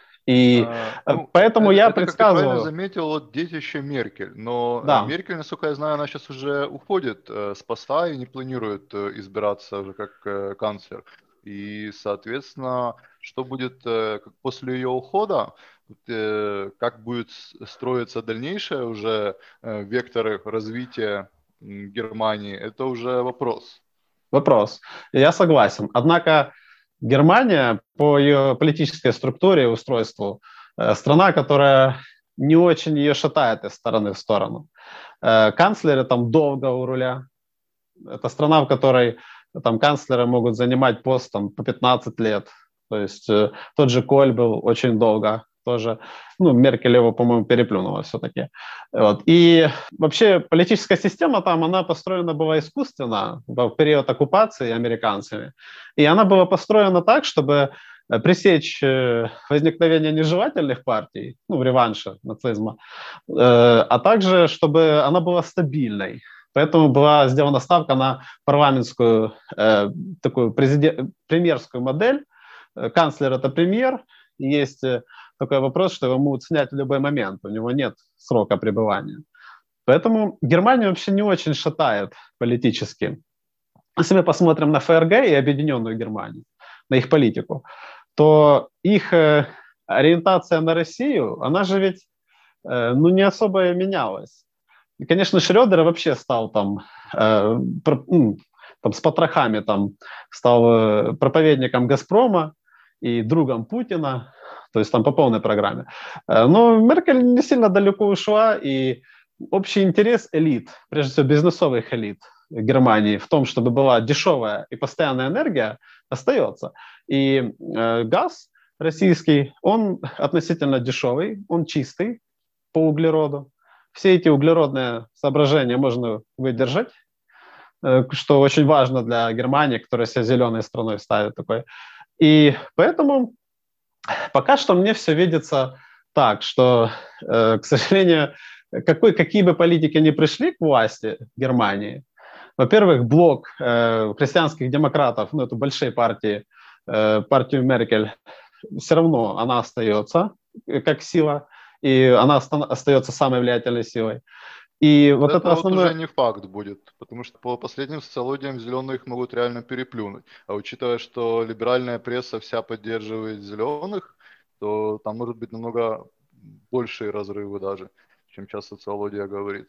И А, ну, поэтому это, я это, как ты правильно предсказываю... заметил, вот детище Меркель. Но э, Да, Меркель, насколько я знаю, она сейчас уже уходит э, с поста и не планирует э, избираться уже как э, канцлер. И, соответственно, что будет э, как после ее ухода, э, как будет с- строиться дальнейшее уже э, векторы развития м, Германии, это уже вопрос. вопрос. Я согласен. Однако Германия по ее политической структуре и устройству э, страна, которая не очень ее шатает из стороны в сторону. Э, канцлеры там долго у руля. Это страна, в которой там канцлеры могут занимать пост там, по пятнадцать лет. То есть э, тот же Коль был очень долго тоже. Ну, Меркель его, по-моему, переплюнула все-таки. Вот. И вообще политическая система там, она построена была искусственно в период оккупации американцами. И она была построена так, чтобы пресечь э, возникновение нежелательных партий, ну, реванша нацизма, э, а также, чтобы она была стабильной. Поэтому была сделана ставка на парламентскую э, такую президент, премьерскую модель. Канцлер – это премьер. И есть э, такой вопрос, что его могут снять в любой момент. У него нет срока пребывания. Поэтому Германия вообще не очень шатает политически. Если мы посмотрим на ФРГ и Объединенную Германию, на их политику, то их э, ориентация на Россию, она же ведь э, ну, не особо менялась. И, конечно, Шрёдер вообще стал там, э, про, ну, там с потрохами там, стал э, проповедником «Газпрома» и другом Путина, то есть там по полной программе. Э, но Меркель не сильно далеко ушла, и общий интерес элит, прежде всего бизнесовых элит Германии, в том, чтобы была дешевая и постоянная энергия, остается. И э, газ российский, он относительно дешевый, он чистый по углероду. Все эти углеродные соображения можно выдержать, что очень важно для Германии, которая себя зеленой страной ставит такой. И поэтому пока что мне все видится так, что, к сожалению, какой, какие бы политики ни пришли к власти в Германии, во-первых, блок э, христианских демократов, ну, это большие партии, э, партию Меркель, все равно она остается как сила, и она остается самой влиятельной силой. И Вот вот это это вот основное... уже не факт будет, потому что по последним социологиям зеленых могут реально переплюнуть. А учитывая, что либеральная пресса вся поддерживает зеленых, то там может быть намного большие разрывы даже, чем сейчас социология говорит.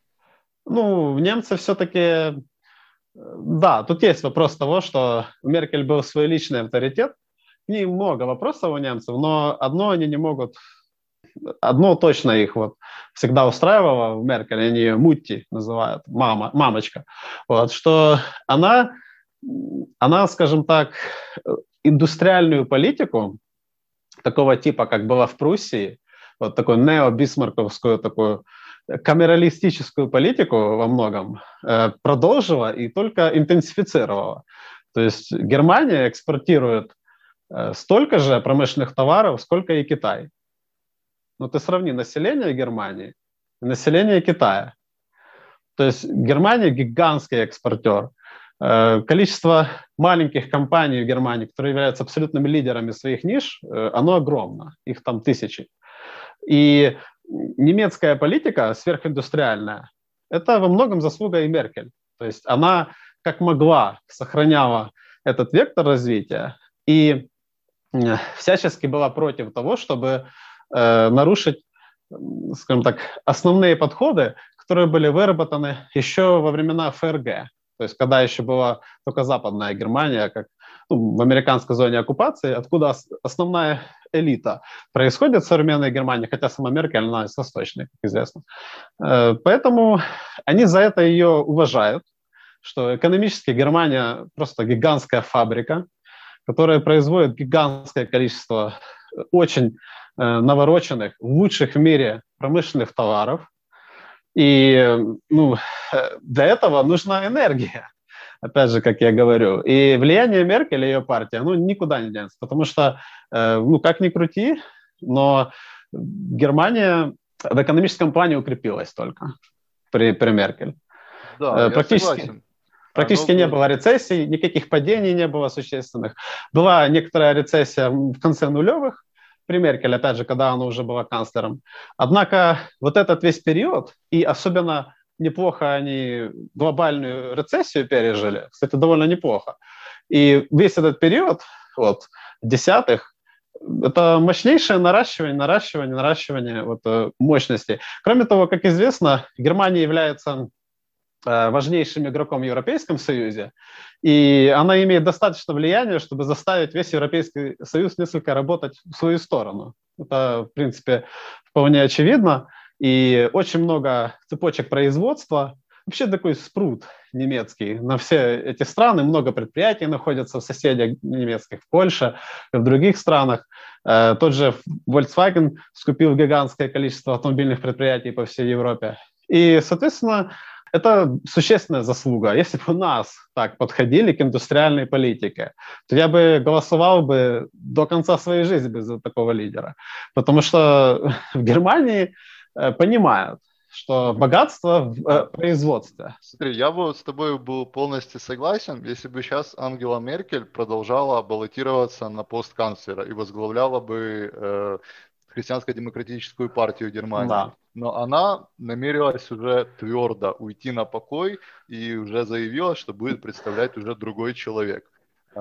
Ну, немцы все-таки... Да, тут есть вопрос того, что у Меркель был свой личный авторитет. К ним много вопросов у немцев, но одно они не могут... Одно точно их вот всегда устраивало в Меркель, они ее Мутти называют, мама, мамочка, вот, что она, она, скажем так, индустриальную политику такого типа, как была в Пруссии, вот такую нео-бисмарковскую, такую камералистическую политику во многом э, продолжила и только интенсифицировала. То есть Германия экспортирует э, столько же промышленных товаров, сколько и Китай. Но ты сравни население Германии и население Китая. То есть Германия гигантский экспортер. Э, количество маленьких компаний в Германии, которые являются абсолютными лидерами своих ниш, э, оно огромно. Их там тысячи. И немецкая политика сверхиндустриальная, это во многом заслуга и Меркель. То есть она как могла сохраняла этот вектор развития и всячески была против того, чтобы э, нарушить, скажем так, основные подходы, которые были выработаны еще во времена ФРГ. То есть когда еще была только Западная Германия, как ну, в американской зоне оккупации, откуда основная элита происходит в современной Германии, хотя сама Меркель, она из восточной, как известно. Поэтому они за это ее уважают, что экономически Германия просто гигантская фабрика, которая производит гигантское количество очень навороченных, лучших в мире промышленных товаров. И ну, для этого нужна энергия, опять же, как я говорю. И влияние Меркель и ее партии, оно никуда не денется, потому что, ну, как ни крути, но Германия в экономическом плане укрепилась только при, при Меркель. Да, практически, я согласен. Практически Оно... не было рецессий, никаких падений не было существенных. Была некоторая рецессия в конце нулевых, при Меркель, опять же, когда она уже была канцлером. Однако вот этот весь период, и особенно неплохо они глобальную рецессию пережили, кстати, довольно неплохо. И весь этот период, вот, десятых, это мощнейшее наращивание, наращивание, наращивание вот, мощности. Кроме того, как известно, Германия является важнейшим игроком в Европейском Союзе, и она имеет достаточно влияния, чтобы заставить весь Европейский Союз несколько работать в свою сторону. Это, в принципе, вполне очевидно. И очень много цепочек производства, вообще такой спрут немецкий на все эти страны, много предприятий находятся в соседях немецких, в Польше, в других странах. Тот же Volkswagen скупил гигантское количество автомобильных предприятий по всей Европе. И, соответственно, это существенная заслуга. Если бы у нас так подходили к индустриальной политике, то я бы голосовал бы до конца своей жизни за такого лидера. Потому что в Германии понимают, что богатство в производстве. Смотри, я бы с тобой был полностью согласен, если бы сейчас Ангела Меркель продолжала баллотироваться на пост канцлера и возглавляла бы э, христианско-демократическую партию Германии. Да. Но она намерилась уже твердо уйти на покой и уже заявила, что будет представлять уже другой человек.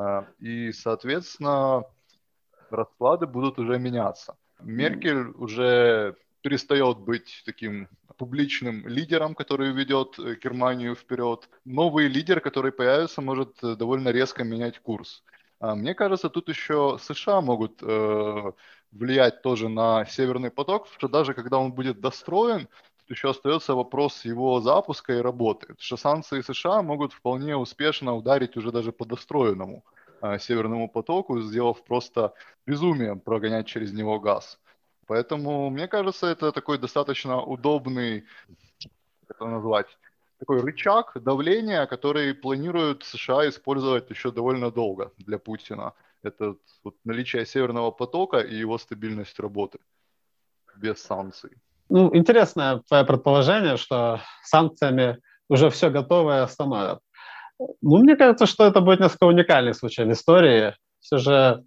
И, соответственно, расклады будут уже меняться. Меркель уже перестает быть таким публичным лидером, который ведет Германию вперед. Новый лидер, который появится, может довольно резко менять курс. Мне кажется, тут еще США могут э, влиять тоже на Северный поток, потому что даже когда он будет достроен, тут еще остается вопрос его запуска и работы. Потому что санкции США могут вполне успешно ударить уже даже по достроенному э, Северному потоку, сделав просто безумием прогонять через него газ. Поэтому, мне кажется, это такой достаточно удобный, как это назвать, такой рычаг давления, который планируют США использовать еще довольно долго для Путина. Это вот наличие Северного потока и его стабильность работы без санкций. Ну, интересное твое предположение, что санкциями уже все готовое остановят. Ну, мне кажется, что это будет несколько уникальный случай в истории. Все же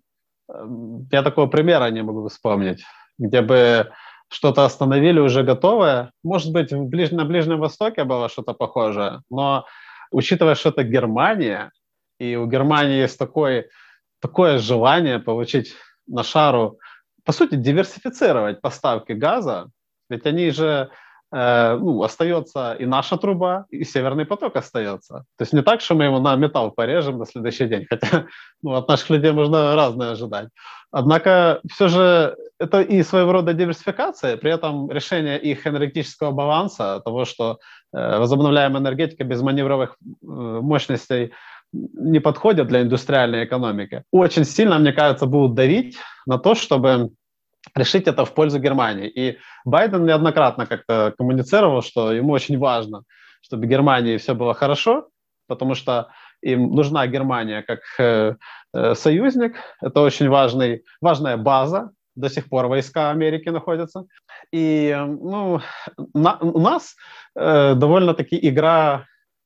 я такого примера не могу вспомнить, где бы что-то остановили уже готовое. Может быть, в ближ... на Ближнем Востоке было что-то похожее, но учитывая, что это Германия, и у Германии есть такой, такое желание получить на шару, по сути, диверсифицировать поставки газа, ведь они же, э, ну, остается и наша труба, и Северный поток остается. То есть не так, что мы его на металл порежем на следующий день, хотя ну, от наших людей можно разное ожидать. Однако все же это и своего рода диверсификация, при этом решение их энергетического баланса, того, что э, возобновляемая энергетика без маневровых э, мощностей не подходит для индустриальной экономики, очень сильно, мне кажется, будут давить на то, чтобы решить это в пользу Германии. И Байден неоднократно как-то коммуницировал, что ему очень важно, чтобы Германии все было хорошо, потому что им нужна Германия как э, э, союзник. Это очень важный, важная база. До сих пор войска Америки находятся. И ну, на, у нас э, довольно-таки игра...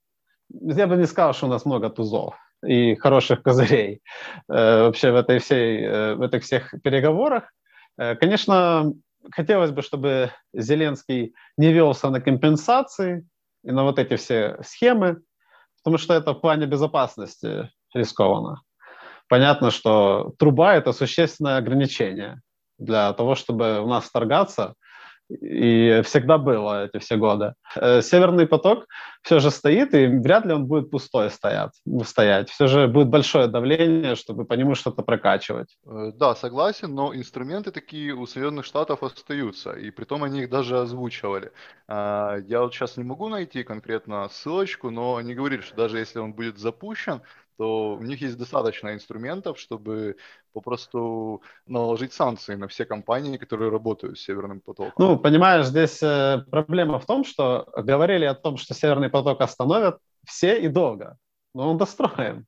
Я бы не сказал, что у нас много тузов и хороших козырей э, вообще в, этой всей, э, в этих всех переговорах. Э, конечно, хотелось бы, чтобы Зеленский не велся на компенсации и на вот эти все схемы, потому что это в плане безопасности рискованно. Понятно, что труба – это существенное ограничение для того, чтобы у нас вторгаться. И всегда было эти все годы. Северный поток все же стоит, и вряд ли он будет пустой стоять. стоять. Все же будет большое давление, чтобы по нему что-то прокачивать. Да, согласен, но инструменты такие у Соединенных Штатов остаются, и притом они их даже озвучивали. Я вот сейчас не могу найти конкретно ссылочку, но они говорили, что даже если он будет запущен, то у них есть достаточно инструментов, чтобы попросту наложить санкции на все компании, которые работают с Северным потоком. Ну, понимаешь, здесь э, проблема в том, что говорили о том, что Северный поток остановят все и долго, но он достроен.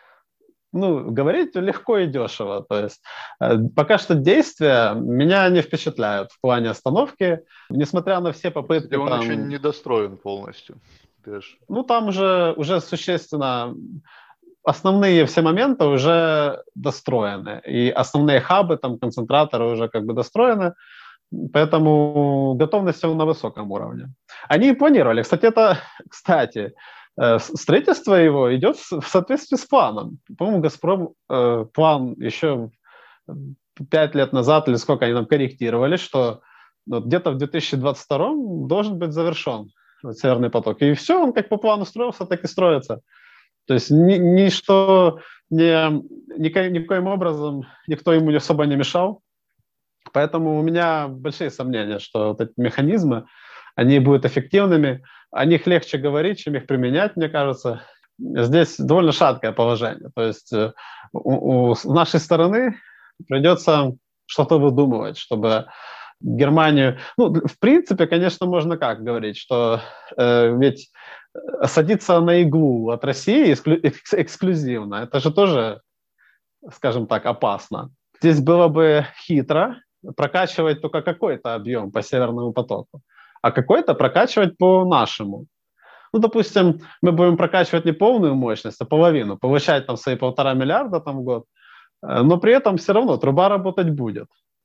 Ну, говорить легко и дешево. То есть э, пока что действия меня не впечатляют в плане остановки, несмотря на все попытки. Кстати, он там, еще не достроен полностью. Даже. Ну, там же уже существенно основные все моменты уже достроены, и основные хабы, там концентраторы уже как бы достроены, поэтому готовность на высоком уровне. Они и планировали. Кстати, это, кстати, строительство его идет в соответствии с планом. По-моему, «Газпром» э, план еще пять лет назад, или сколько они нам корректировали, что вот где-то в две тысячи двадцать втором должен быть завершен Северный поток. И все, он как по плану строился, так и строится. То есть ни, ничто, ни, ни, никоим образом никто ему особо не мешал. Поэтому у меня большие сомнения, что вот эти механизмы, они будут эффективными. О них легче говорить, чем их применять, мне кажется. Здесь довольно шаткое положение. То есть у, у, с нашей стороны придется что-то выдумывать, чтобы Германию... Ну, в принципе, конечно, можно как говорить, что э, ведь садиться на иглу от России эксклю, экс, эксклюзивно, это же тоже, скажем так, опасно. Здесь было бы хитро прокачивать только какой-то объем по Северному потоку, а какой-то прокачивать по нашему. Ну, допустим, мы будем прокачивать не полную мощность, а половину, получать там свои полтора миллиарда там в год, но при этом все равно труба работать будет.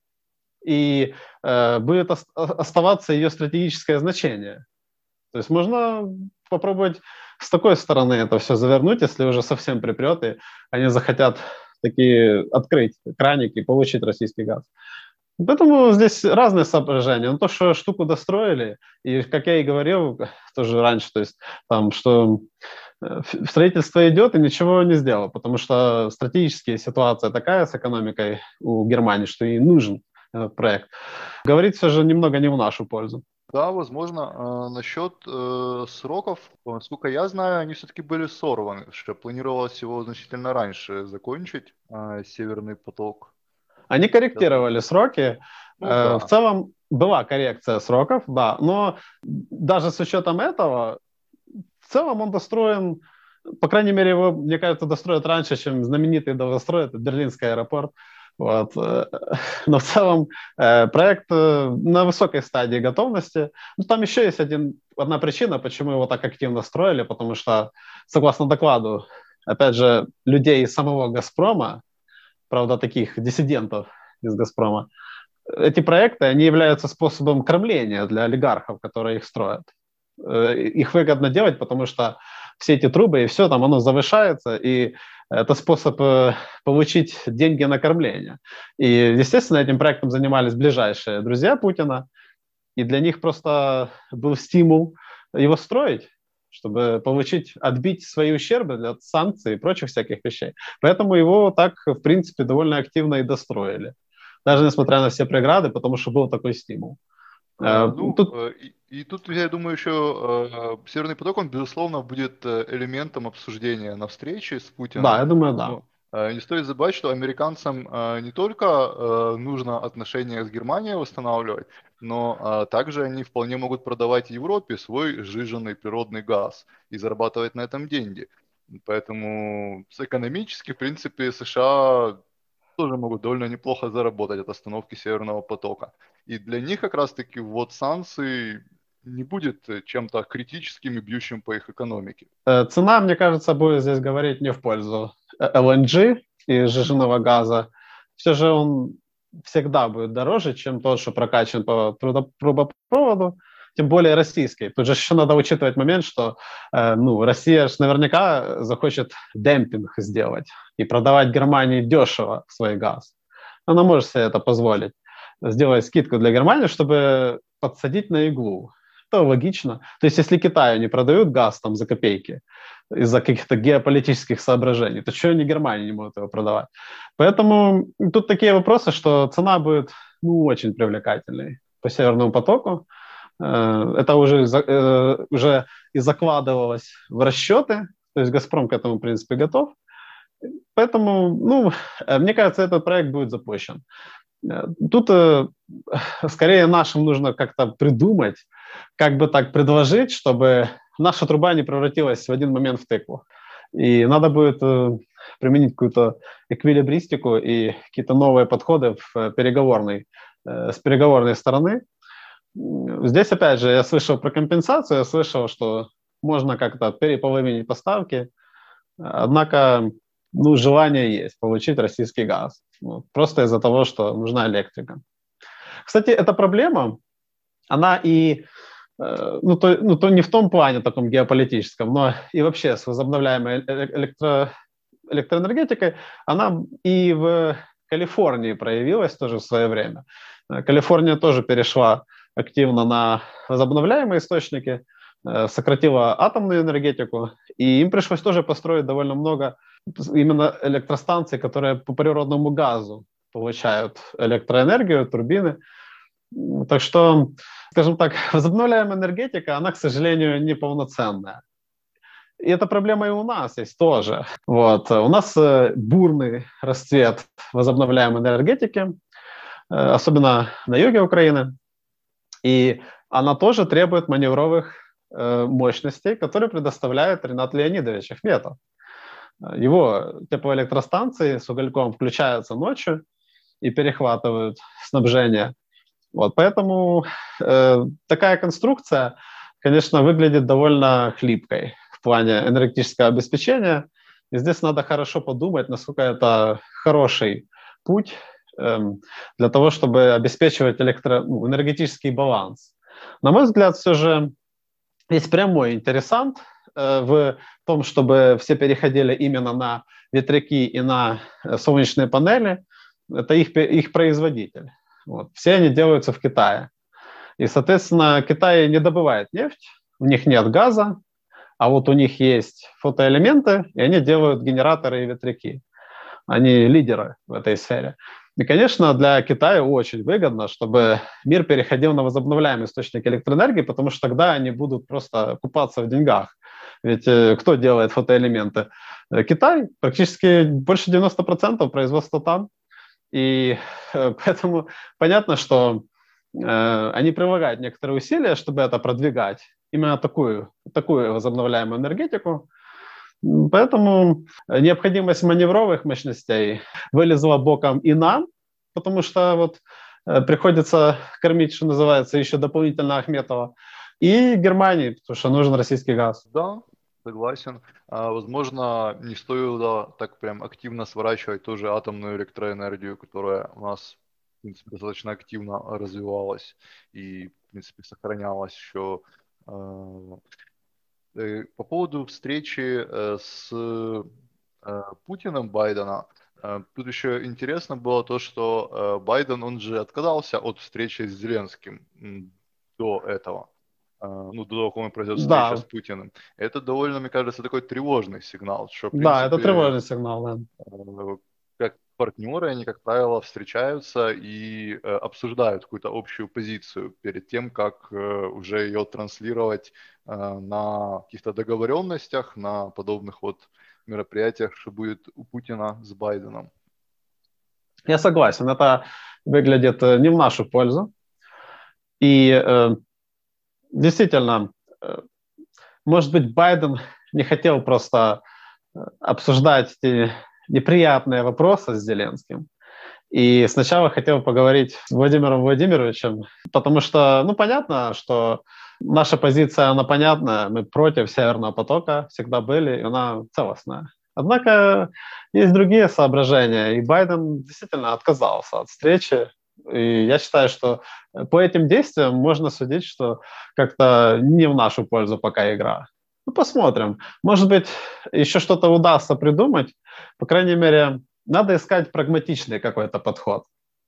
И э, будет ост- оставаться ее стратегическое значение. То есть можно попробовать с такой стороны это все завернуть, если уже совсем припрет, и они захотят такие открыть краник и получить российский газ. Поэтому здесь разные соображения. Но то, что штуку достроили, и, как я и говорил тоже раньше, то есть там, что строительство идет и ничего не сделало, потому что стратегическая ситуация такая с экономикой у Германии, что ей нужен этот проект. Говорить все же немного не в нашу пользу. Да, возможно. А насчет э, сроков, насколько я знаю, они все-таки были сорваны, что планировалось его значительно раньше закончить, э, Северный поток. Они корректировали сроки. Ну, да. В целом была коррекция сроков, да, но даже с учетом этого, в целом он достроен, по крайней мере, его, мне кажется, достроят раньше, чем знаменитый долгострой, это Берлинский аэропорт. Вот. Но в целом проект на высокой стадии готовности. Ну, там еще есть один, одна причина, почему его так активно строили, потому что, согласно докладу, опять же, людей из самого «Газпрома», правда, таких диссидентов из «Газпрома», эти проекты, они являются способом кормления для олигархов, которые их строят. Их выгодно делать, потому что все эти трубы и все там, оно завышается, и это способ получить деньги на кормление. И, естественно, этим проектом занимались ближайшие друзья Путина, и для них просто был стимул его строить, чтобы получить, отбить свои ущербы для санкций и прочих всяких вещей. Поэтому его так, в принципе, довольно активно и достроили. Даже несмотря на все преграды, потому что был такой стимул. Uh, ну, тут... и, и тут, я думаю, еще uh, Северный поток, он, безусловно, будет элементом обсуждения на встрече с Путиным. Да, я думаю, да. Но, uh, не стоит забывать, что американцам uh, не только uh, нужно отношения с Германией восстанавливать, но uh, также они вполне могут продавать Европе свой сжиженный природный газ и зарабатывать на этом деньги. Поэтому экономически, в принципе, США тоже могут довольно неплохо заработать от остановки Северного потока. И для них как раз-таки ввод санкций не будет чем-то критическим и бьющим по их экономике. Цена, мне кажется, будет здесь говорить не в пользу эл эн джи и сжиженного газа. Все же он всегда будет дороже, чем тот, что прокачан по трубопроводу, тем более российский. Тут же еще надо учитывать момент, что э, ну, Россия же наверняка захочет демпинг сделать и продавать Германии дешево свой газ. Она может себе это позволить. сделать скидку для Германии, чтобы подсадить на иглу. Это логично. То есть если Китаю не продают газ там за копейки из-за каких-то геополитических соображений, то чего они Германии не могут его продавать? Поэтому тут такие вопросы, что цена будет ну, очень привлекательной по Северному потоку. Это уже, уже и закладывалось в расчеты, то есть «Газпром» к этому, в принципе, готов. Поэтому, ну, мне кажется, этот проект будет запущен. Тут скорее нашим нужно как-то придумать, как бы так предложить, чтобы наша труба не превратилась в один момент в тыкву. И надо будет применить какую-то эквилибристику и какие-то новые подходы в переговорной, с переговорной стороны. Здесь, опять же, я слышал про компенсацию, я слышал, что можно как-то переполовинить поставки, однако ну, желание есть получить российский газ. Вот, просто из-за того, что нужна электрика. Кстати, эта проблема, она и ну то, ну, то не в том плане таком геополитическом, но и вообще с возобновляемой электро, электроэнергетикой, она и в Калифорнии проявилась тоже в свое время. Калифорния тоже перешла активно на возобновляемые источники, сократила атомную энергетику, и им пришлось тоже построить довольно много именно электростанций, которые по природному газу получают электроэнергию, турбины. Так что, скажем так, возобновляемая энергетика, она, к сожалению, неполноценная. И эта проблема и у нас есть тоже. Вот. У нас бурный расцвет возобновляемой энергетики, особенно на юге Украины. И она тоже требует маневровых мощностей, которые предоставляет Ренат Леонидович Ахметов. Его теплоэлектростанции с угольком включаются ночью и перехватывают снабжение. Вот, поэтому э, такая конструкция, конечно, выглядит довольно хлипкой в плане энергетического обеспечения. И здесь надо хорошо подумать, насколько это хороший путь э, для того, чтобы обеспечивать электро... ну, энергетический баланс. На мой взгляд, все же есть прямой интересант э, в том, чтобы все переходили именно на ветряки и на солнечные панели. Это их, их производитель. Вот. Все они делаются в Китае. И, соответственно, Китай не добывает нефть, у них нет газа, а вот у них есть фотоэлементы, и они делают генераторы и ветряки. Они лидеры в этой сфере. И, конечно, для Китая очень выгодно, чтобы мир переходил на возобновляемые источники электроэнергии, потому что тогда они будут просто купаться в деньгах. Ведь э, кто делает фотоэлементы? Китай. Практически больше девяносто процентов производства там. И э, поэтому понятно, что э, они прилагают некоторые усилия, чтобы это продвигать, именно такую, такую возобновляемую энергетику. Поэтому необходимость маневровых мощностей вылезла боком и нам, потому что вот э, приходится кормить, что называется, еще дополнительно Ахметова, и Германии, потому что нужен российский газ. Да, согласен. А, возможно, не стоило так прям активно сворачивать тоже атомную электроэнергию, которая у нас, в принципе, достаточно активно развивалась и, в принципе, сохранялась еще. По поводу встречи с Путиным Байдена, тут еще интересно было то, что Байден, он же отказался от встречи с Зеленским до этого. Ну, до того, как он произойдет встреча Да. с Путиным. Это довольно, мне кажется, такой тревожный сигнал. Что, в Да, принципе, это тревожный сигнал, да. Как партнеры, они, как правило, встречаются и э, обсуждают какую-то общую позицию перед тем, как э, уже ее транслировать э, на каких-то договоренностях, на подобных вот мероприятиях, что будет у Путина с Байденом. Я согласен, это выглядит не в нашу пользу. И э, действительно, э, может быть, Байден не хотел просто обсуждать эти неприятные вопросы с Зеленским. И сначала хотел поговорить с Владимиром Владимировичем, потому что, ну, понятно, что наша позиция, она понятна, мы против Северного потока всегда были, и она целостная. Однако есть другие соображения, и Байден действительно отказался от встречи. И я считаю, что по этим действиям можно судить, что как-то не в нашу пользу пока игра. Ну, посмотрим. Может быть, еще что-то удастся придумать. По крайней мере, надо искать прагматичный какой-то подход.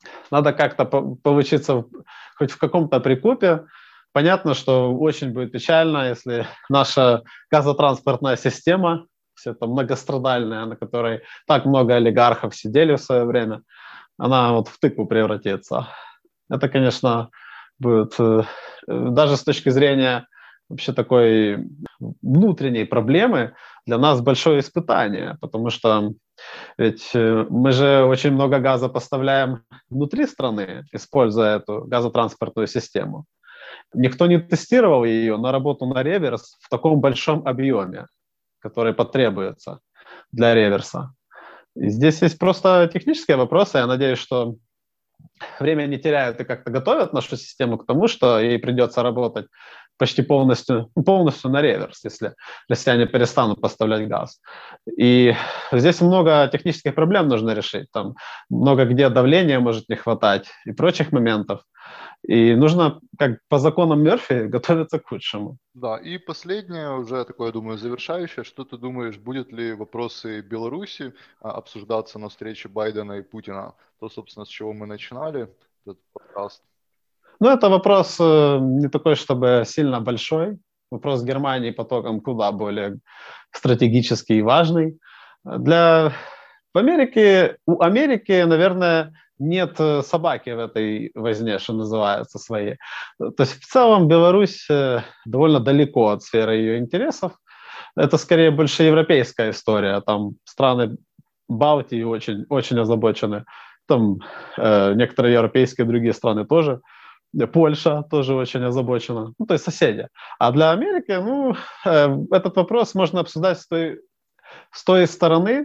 Надо как-то поучиться хоть в каком-то прикупе. Понятно, что очень будет печально, если наша газотранспортная система, все это многострадальная, на которой так много олигархов сидели в свое время, она вот в тыкву превратится. Это, конечно, будет даже с точки зрения вообще такой внутренней проблемы для нас большое испытание, потому что ведь мы же очень много газа поставляем внутри страны, используя эту газотранспортную систему. Никто не тестировал ее на работу на реверс в таком большом объеме, который потребуется для реверса. И здесь есть просто технические вопросы. Я надеюсь, что время не теряют и как-то готовят нашу систему к тому, что ей придется работать почти полностью, полностью на реверс, если россияне перестанут поставлять газ. И здесь много технических проблем нужно решить. Там много где давления может не хватать и прочих моментов. И нужно, как по законам Мерфи, готовиться к худшему. Да, и последнее, уже такое, я думаю, завершающее. Что ты думаешь, будет ли вопросы Беларуси а, обсуждаться на встрече Байдена и Путина? То, собственно, с чего мы начинали этот подкаст. Ну, это вопрос э, не такой, чтобы сильно большой. Вопрос Германии потоком куда более стратегический и важный. Для в Америке, у Америки, наверное, нет собаки в этой возне, что называется, своей. То есть в целом Беларусь довольно далеко от сферы ее интересов. Это скорее больше европейская история. Там страны Балтии очень, очень озабочены. Там э, некоторые европейские другие страны тоже. Польша тоже очень озабочена. Ну, то есть соседи. А для Америки, ну, э, этот вопрос можно обсуждать с той, с той стороны,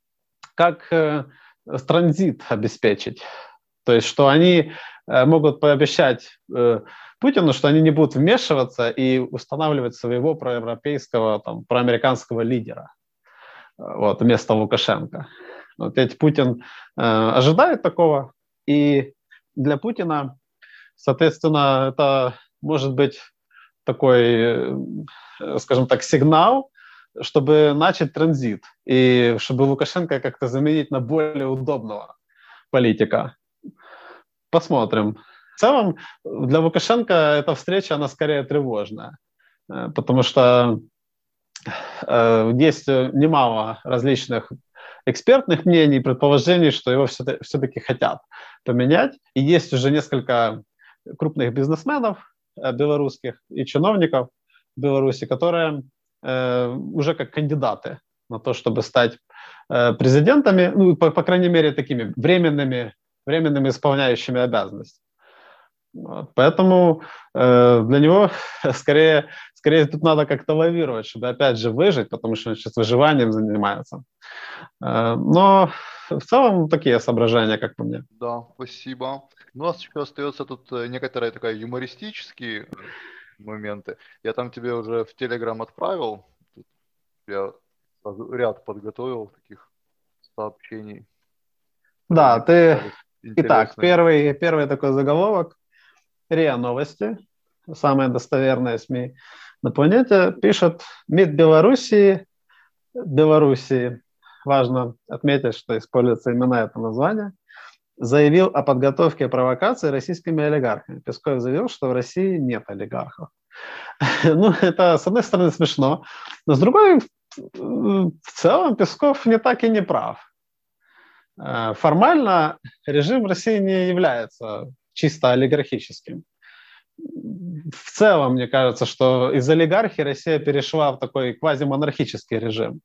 как э, транзит обеспечить. То есть, что они э, могут пообещать э, Путину, что они не будут вмешиваться и устанавливать своего проевропейского, там, проамериканского лидера вот, вместо Лукашенко. Вот ведь Путин э, ожидает такого, и для Путина, соответственно, это может быть такой, э, скажем так, сигнал, чтобы начать транзит, и чтобы Лукашенко как-то заменить на более удобного политика. Посмотрим. В целом, для Лукашенко эта встреча, она скорее тревожная, потому что э, есть немало различных экспертных мнений, предположений, что его все-таки хотят поменять. И есть уже несколько крупных бизнесменов белорусских и чиновников Беларуси, которые э, уже как кандидаты на то, чтобы стать э, президентами, ну, по, по крайней мере, такими временными, временными исполняющими обязанности. Вот. Поэтому э, для него скорее, скорее тут надо как-то лавировать, чтобы опять же выжить, потому что он сейчас выживанием занимается. Э, но в целом такие соображения, как по мне. Да, спасибо. Ну, у нас еще остается тут некоторые такая юмористические моменты. Я там тебе уже в Телеграм отправил. Тут я ряд подготовил таких сообщений. Да, ты... Итак, первый, первый такой заголовок. РИА Новости, самые достоверные СМИ на планете, пишет МИД Белоруссии. Белоруссии, важно отметить, что используется именно это название, заявил о подготовке провокации российскими олигархами. Песков заявил, что в России нет олигархов. Ну, это, с одной стороны, смешно, но с другой, в целом, Песков не так и не прав. Формально режим в России не является чисто олигархическим. В целом, мне кажется, что из олигархии Россия перешла в такой квазимонархический режим.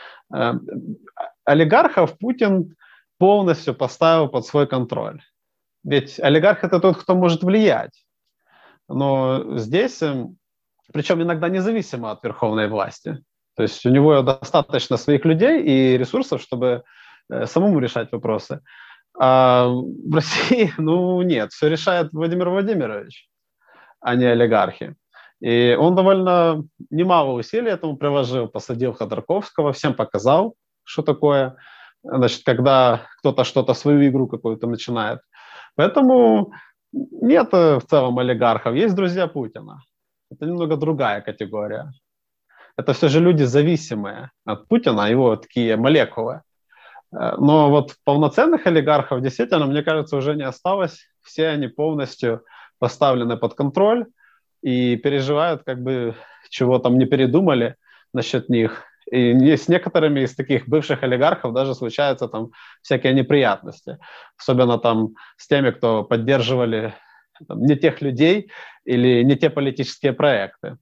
Олигархов Путин полностью поставил под свой контроль. Ведь олигарх – это тот, кто может влиять. Но здесь, причем иногда независимо от верховной власти. То есть у него достаточно своих людей и ресурсов, чтобы самому решать вопросы. А в России, ну нет, все решает Владимир Владимирович, а не олигархи. И он довольно немало усилий этому приложил, посадил Ходорковского, всем показал, что такое, значит, когда кто-то что-то, свою игру какую-то начинает. Поэтому нет в целом олигархов, есть друзья Путина. Это немного другая категория. Это все же люди зависимые от Путина, его такие молекулы. Но вот полноценных олигархов действительно, мне кажется, уже не осталось. Все они полностью поставлены под контроль и переживают, как бы чего там не передумали насчет них. И с некоторыми из таких бывших олигархов даже случаются там всякие неприятности. Особенно там с теми, кто поддерживали там, не тех людей или не те политические проекты.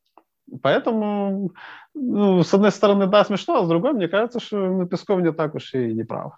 Поэтому, ну, с одной стороны, да, смешно, а с другой, мне кажется, что ну, Песков не так уж и не прав.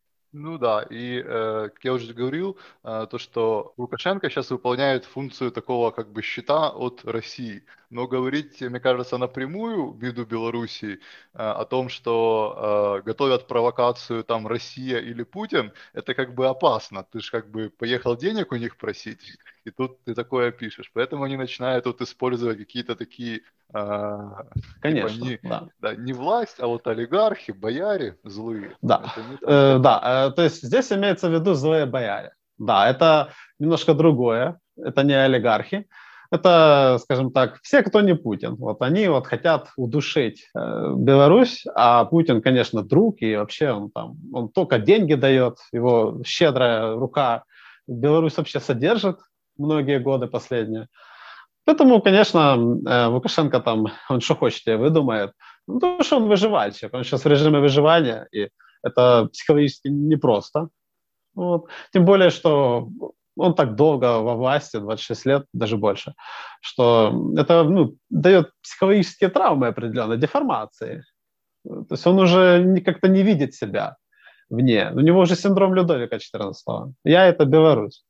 Ну да, и э, как я уже говорил, э, то, что Лукашенко сейчас выполняет функцию такого как бы щита от России. Но говорить, мне кажется, напрямую МИДу Белоруссии э, о том, что э, готовят провокацию там Россия или Путин, это как бы опасно. Ты же как бы поехал денег у них просить, и тут ты такое пишешь. Поэтому они начинают тут использовать какие-то такие... Э, Конечно, типа не, да. да, не власть, а вот олигархи, бояре злые. Да, Это не э, да, э, то есть здесь имеется в виду злые бояре. Да, это немножко другое, это не олигархи. Это, скажем так, все, кто не Путин. Вот они вот хотят удушить э, Беларусь, а Путин, конечно, друг, и вообще он там, он только деньги дает, его щедрая рука Беларусь вообще содержит многие годы последние. Поэтому, конечно, э, Лукашенко там, он что хочет, и выдумает. Ну, потому что он выживальщик, он сейчас в режиме выживания, и это психологически непросто. Вот. Тем более, что он так долго во власти, двадцать шесть лет, даже больше, что это ну, дает психологические травмы определенные, деформации. То есть он уже как-то не видит себя вне. У него уже синдром Людовика четырнадцатого. Я — это Беларусь.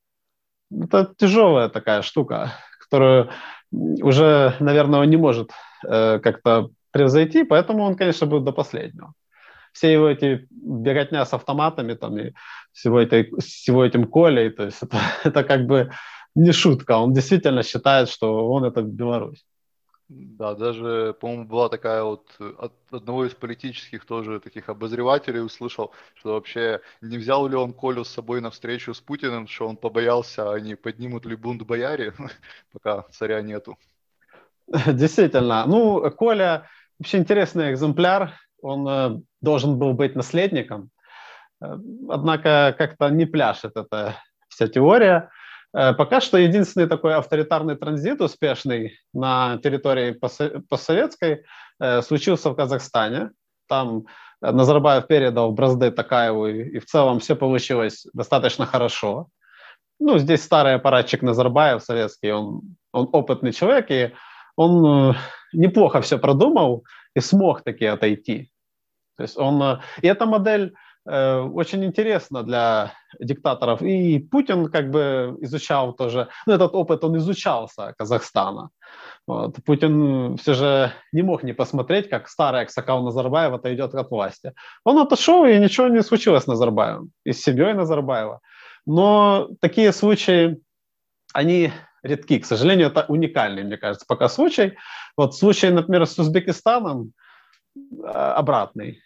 Это тяжелая такая штука, которую уже, наверное, он не может э, как-то превзойти, поэтому он, конечно, будет до последнего. Все его эти беготня с автоматами там, и всего, этой, всего этим Колей, то есть это, это как бы не шутка. Он действительно считает, что он — это Беларусь. Да, даже, по-моему, была такая вот от одного из политических тоже таких обозревателей услышал, что вообще не взял ли он Колю с собой на встречу с Путиным, что он побоялся, они поднимут ли бунт бояре, пока царя нету. Действительно. Ну, Коля вообще интересный экземпляр. Он э, должен был быть наследником. Однако как-то не пляшет эта вся теория. Пока что единственный такой авторитарный транзит успешный на территории постсоветской случился в Казахстане. Там Назарбаев передал бразды Токаеву, и в целом все получилось достаточно хорошо. Ну, здесь старый аппаратчик Назарбаев, советский, он, он опытный человек, и он неплохо все продумал и смог таки отойти. То есть он... И эта модель очень интересно для диктаторов. И Путин как бы изучал тоже, ну, этот опыт, он изучался Казахстана. Вот. Путин все же не мог не посмотреть, как старый Аксакал Назарбаев отойдет от власти. Он отошел, и ничего не случилось с Назарбаевым, и с семьей Назарбаева. Но такие случаи, они редки. К сожалению, это уникальный, мне кажется, пока случай. Вот случай, например, с Узбекистаном обратный.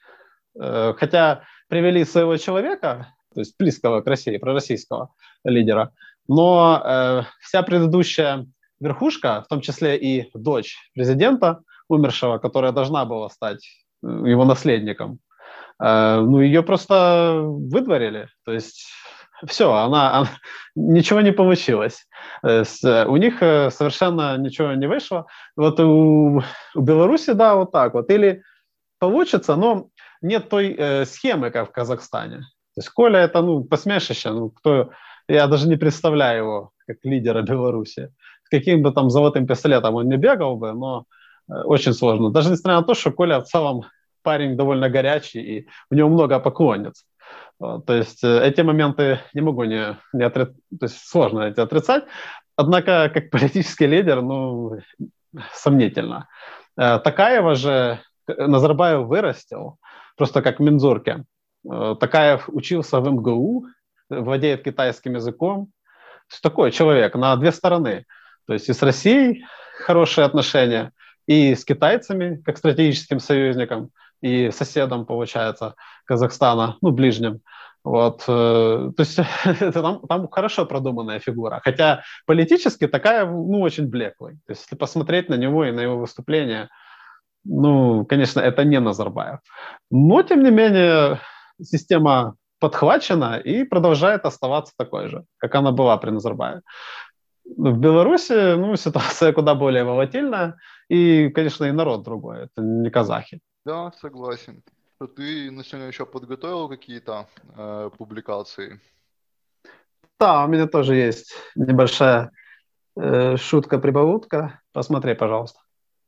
Хотя привели своего человека, то есть близкого к России, пророссийского лидера, но э, вся предыдущая верхушка, в том числе и дочь президента умершего, которая должна была стать его наследником, э, ну ее просто выдворили. То есть все, она, она, ничего не получилось. С, у них совершенно ничего не вышло. Вот у, у Беларуси, да, вот так вот. Или получится, но нет той э, схемы, как в Казахстане. То есть Коля — это ну, посмешище. Ну, кто, я даже не представляю его как лидера Беларуси. С каким бы там золотым пистолетом он не бегал бы, но э, очень сложно. Даже несмотря на то, что Коля в целом парень довольно горячий, и у него много поклонниц. Вот, то есть э, эти моменты не могу не, не отрицать, то есть сложно эти отрицать. Однако, как политический лидер, ну, сомнительно. Э, Токаева же Назарбаев вырастил, просто как в мензурке. Токаев учился в эм гэ у, владеет китайским языком. Такой человек на две стороны. То есть и с Россией хорошие отношения, и с китайцами, как стратегическим союзником, и соседом, получается, Казахстана, ну, ближним. Вот. То есть там, там хорошо продуманная фигура. Хотя политически Токаев, ну, очень блеклый. То есть если посмотреть на него и на его выступления, ну, конечно, это не Назарбаев. Но, тем не менее, система подхвачена и продолжает оставаться такой же, как она была при Назарбаеве. В Беларуси, ну, ситуация куда более волатильная, и, конечно, и народ другой, это не казахи. Да, согласен. Что ты на сегодня еще подготовил какие-то э, публикации? Да, у меня тоже есть небольшая э, шутка-прибаутка. Посмотри, пожалуйста.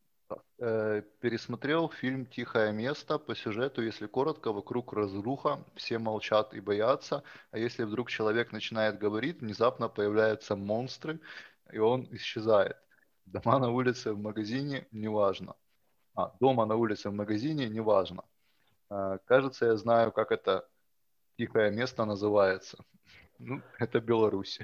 Э, пересмотрел фильм «Тихое место». По сюжету, если коротко, вокруг разруха, все молчат и боятся, а если вдруг человек начинает говорить, внезапно появляются монстры, и он исчезает. Дома на улице, в магазине, неважно. А, дома на улице, в магазине, неважно. А, кажется, я знаю, как это тихое место называется. Ну, это Беларусь.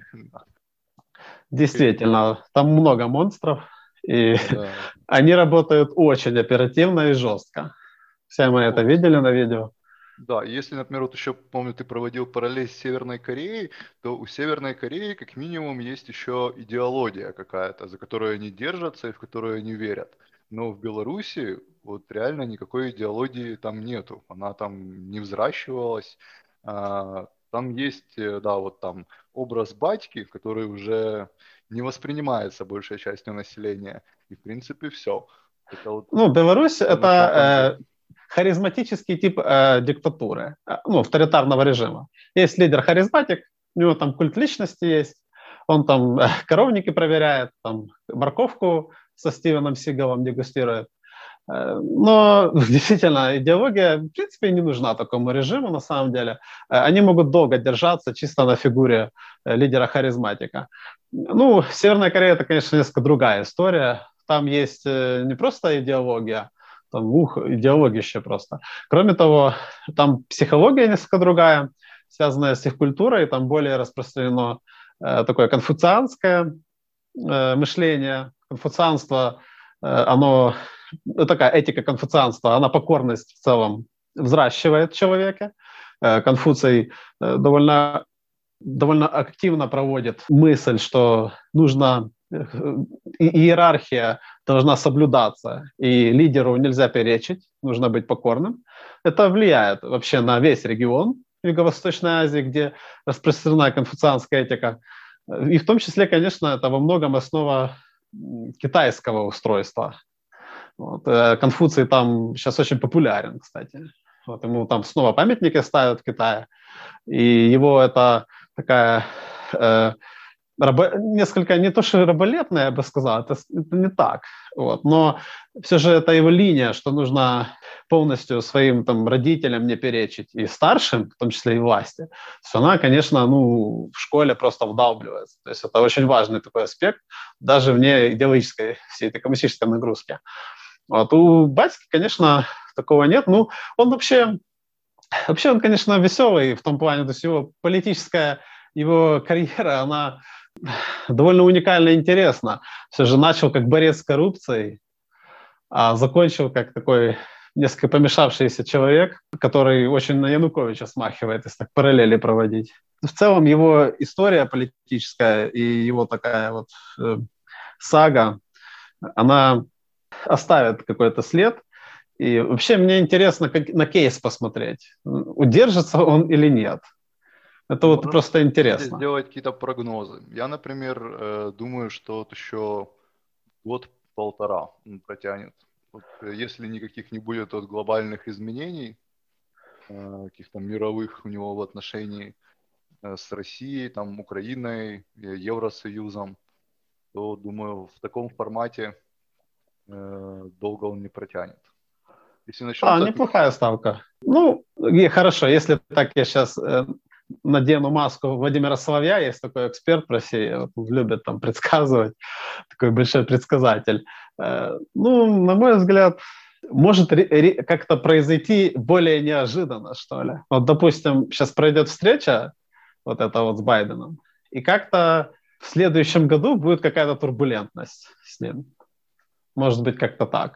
Действительно, там много монстров, и Да. они работают очень оперативно и жестко. Все мы это видели на видео. Да, если, например, вот еще, помню, ты проводил параллель с Северной Кореей, то у Северной Кореи как минимум есть еще идеология какая-то, за которую они держатся и в которую они верят. Но в Беларуси вот реально никакой идеологии там нету. Она там не взращивалась. А, там есть, э, да, вот там образ батьки, который уже не воспринимается большей частью населения. И, в принципе, все. Это вот Ну, Беларусь — то, на чем там это э, харизматический тип э, диктатуры, э, ну, авторитарного режима. Есть лидер харизматик, у него там культ личности есть, он там э, коровники проверяет, там морковку со Стивеном Сигалом дегустирует. Э, но действительно идеология, в принципе, не нужна такому режиму на самом деле. Э, они могут долго держаться чисто на фигуре э, лидера-харизматика. Ну, Северная Корея — это, конечно, несколько другая история. Там есть э, не просто идеология, там ух, идеологище просто. Кроме того, там психология несколько другая, связанная с их культурой, там более распространено э, такое конфуцианское э, мышление. Конфуцианство, э, оно, такая этика конфуцианства, она покорность в целом взращивает в человеке. Э, Конфуций э, довольно довольно активно проводит мысль, что нужно иерархия должна соблюдаться, и лидеру нельзя перечить, нужно быть покорным. Это влияет вообще на весь регион Юго-Восточной Азии, где распространена конфуцианская этика. И в том числе, конечно, это во многом основа китайского устройства. Вот. Конфуций там сейчас очень популярен, кстати. Вот ему там снова памятники ставят в Китае, и его это такая э, рабо, несколько не то что раболепная, я бы сказал, это, это не так. Вот. Но все же это его линия, что нужно полностью своим там, родителям не перечить и старшим, в том числе и власти. Все она, конечно, ну, в школе просто вдалбливается. То есть это очень важный такой аспект, даже вне идеологической всей этой коммунистической нагрузки. Вот. У батьки, конечно, такого нет. Ну, он вообще... Вообще он, конечно, веселый в том плане, то есть его политическая, его карьера, она довольно уникальна и интересна. Все же начал как борец с коррупцией, а закончил как такой несколько помешавшийся человек, который очень на Януковича смахивает, если так параллели проводить. В целом его история политическая и его такая вот э, сага, она оставит какой-то след. И вообще мне интересно как, на кейс посмотреть, удержится он или нет. Это вот Можно просто интересно. сделать какие-то прогнозы. Я, например, э, думаю, что вот еще год-полтора он протянет. Вот, если никаких не будет вот глобальных изменений, э, каких-то мировых у него в отношении э, с Россией, там, Украиной, Евросоюзом, то, думаю, в таком формате э, долго он не протянет. Если начнется... А, неплохая ставка. Ну, и хорошо, если так я сейчас э, надену маску Владимира Соловья, есть такой эксперт в России, вот, любит там предсказывать, такой большой предсказатель. Э, ну, на мой взгляд, может ре- ре- как-то произойти более неожиданно, что ли. Вот, допустим, сейчас пройдет встреча вот это вот с Байденом, и как-то в следующем году будет какая-то турбулентность с ним. Может быть, как-то так.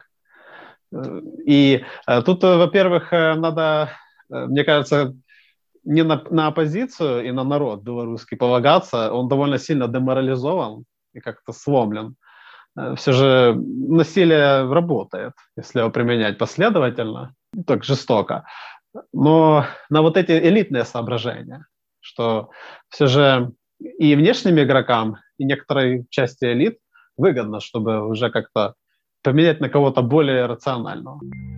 И э, тут, э, во-первых, э, надо, э, мне кажется, не на, на оппозицию и на народ белорусский полагаться. Он довольно сильно деморализован и как-то сломлен. Э, все же насилие работает, если его применять последовательно, так жестоко. но на вот эти элитные соображения, что все же и внешним игрокам, и некоторой части элит выгодно, чтобы уже как-то поменять на кого-то более рационального.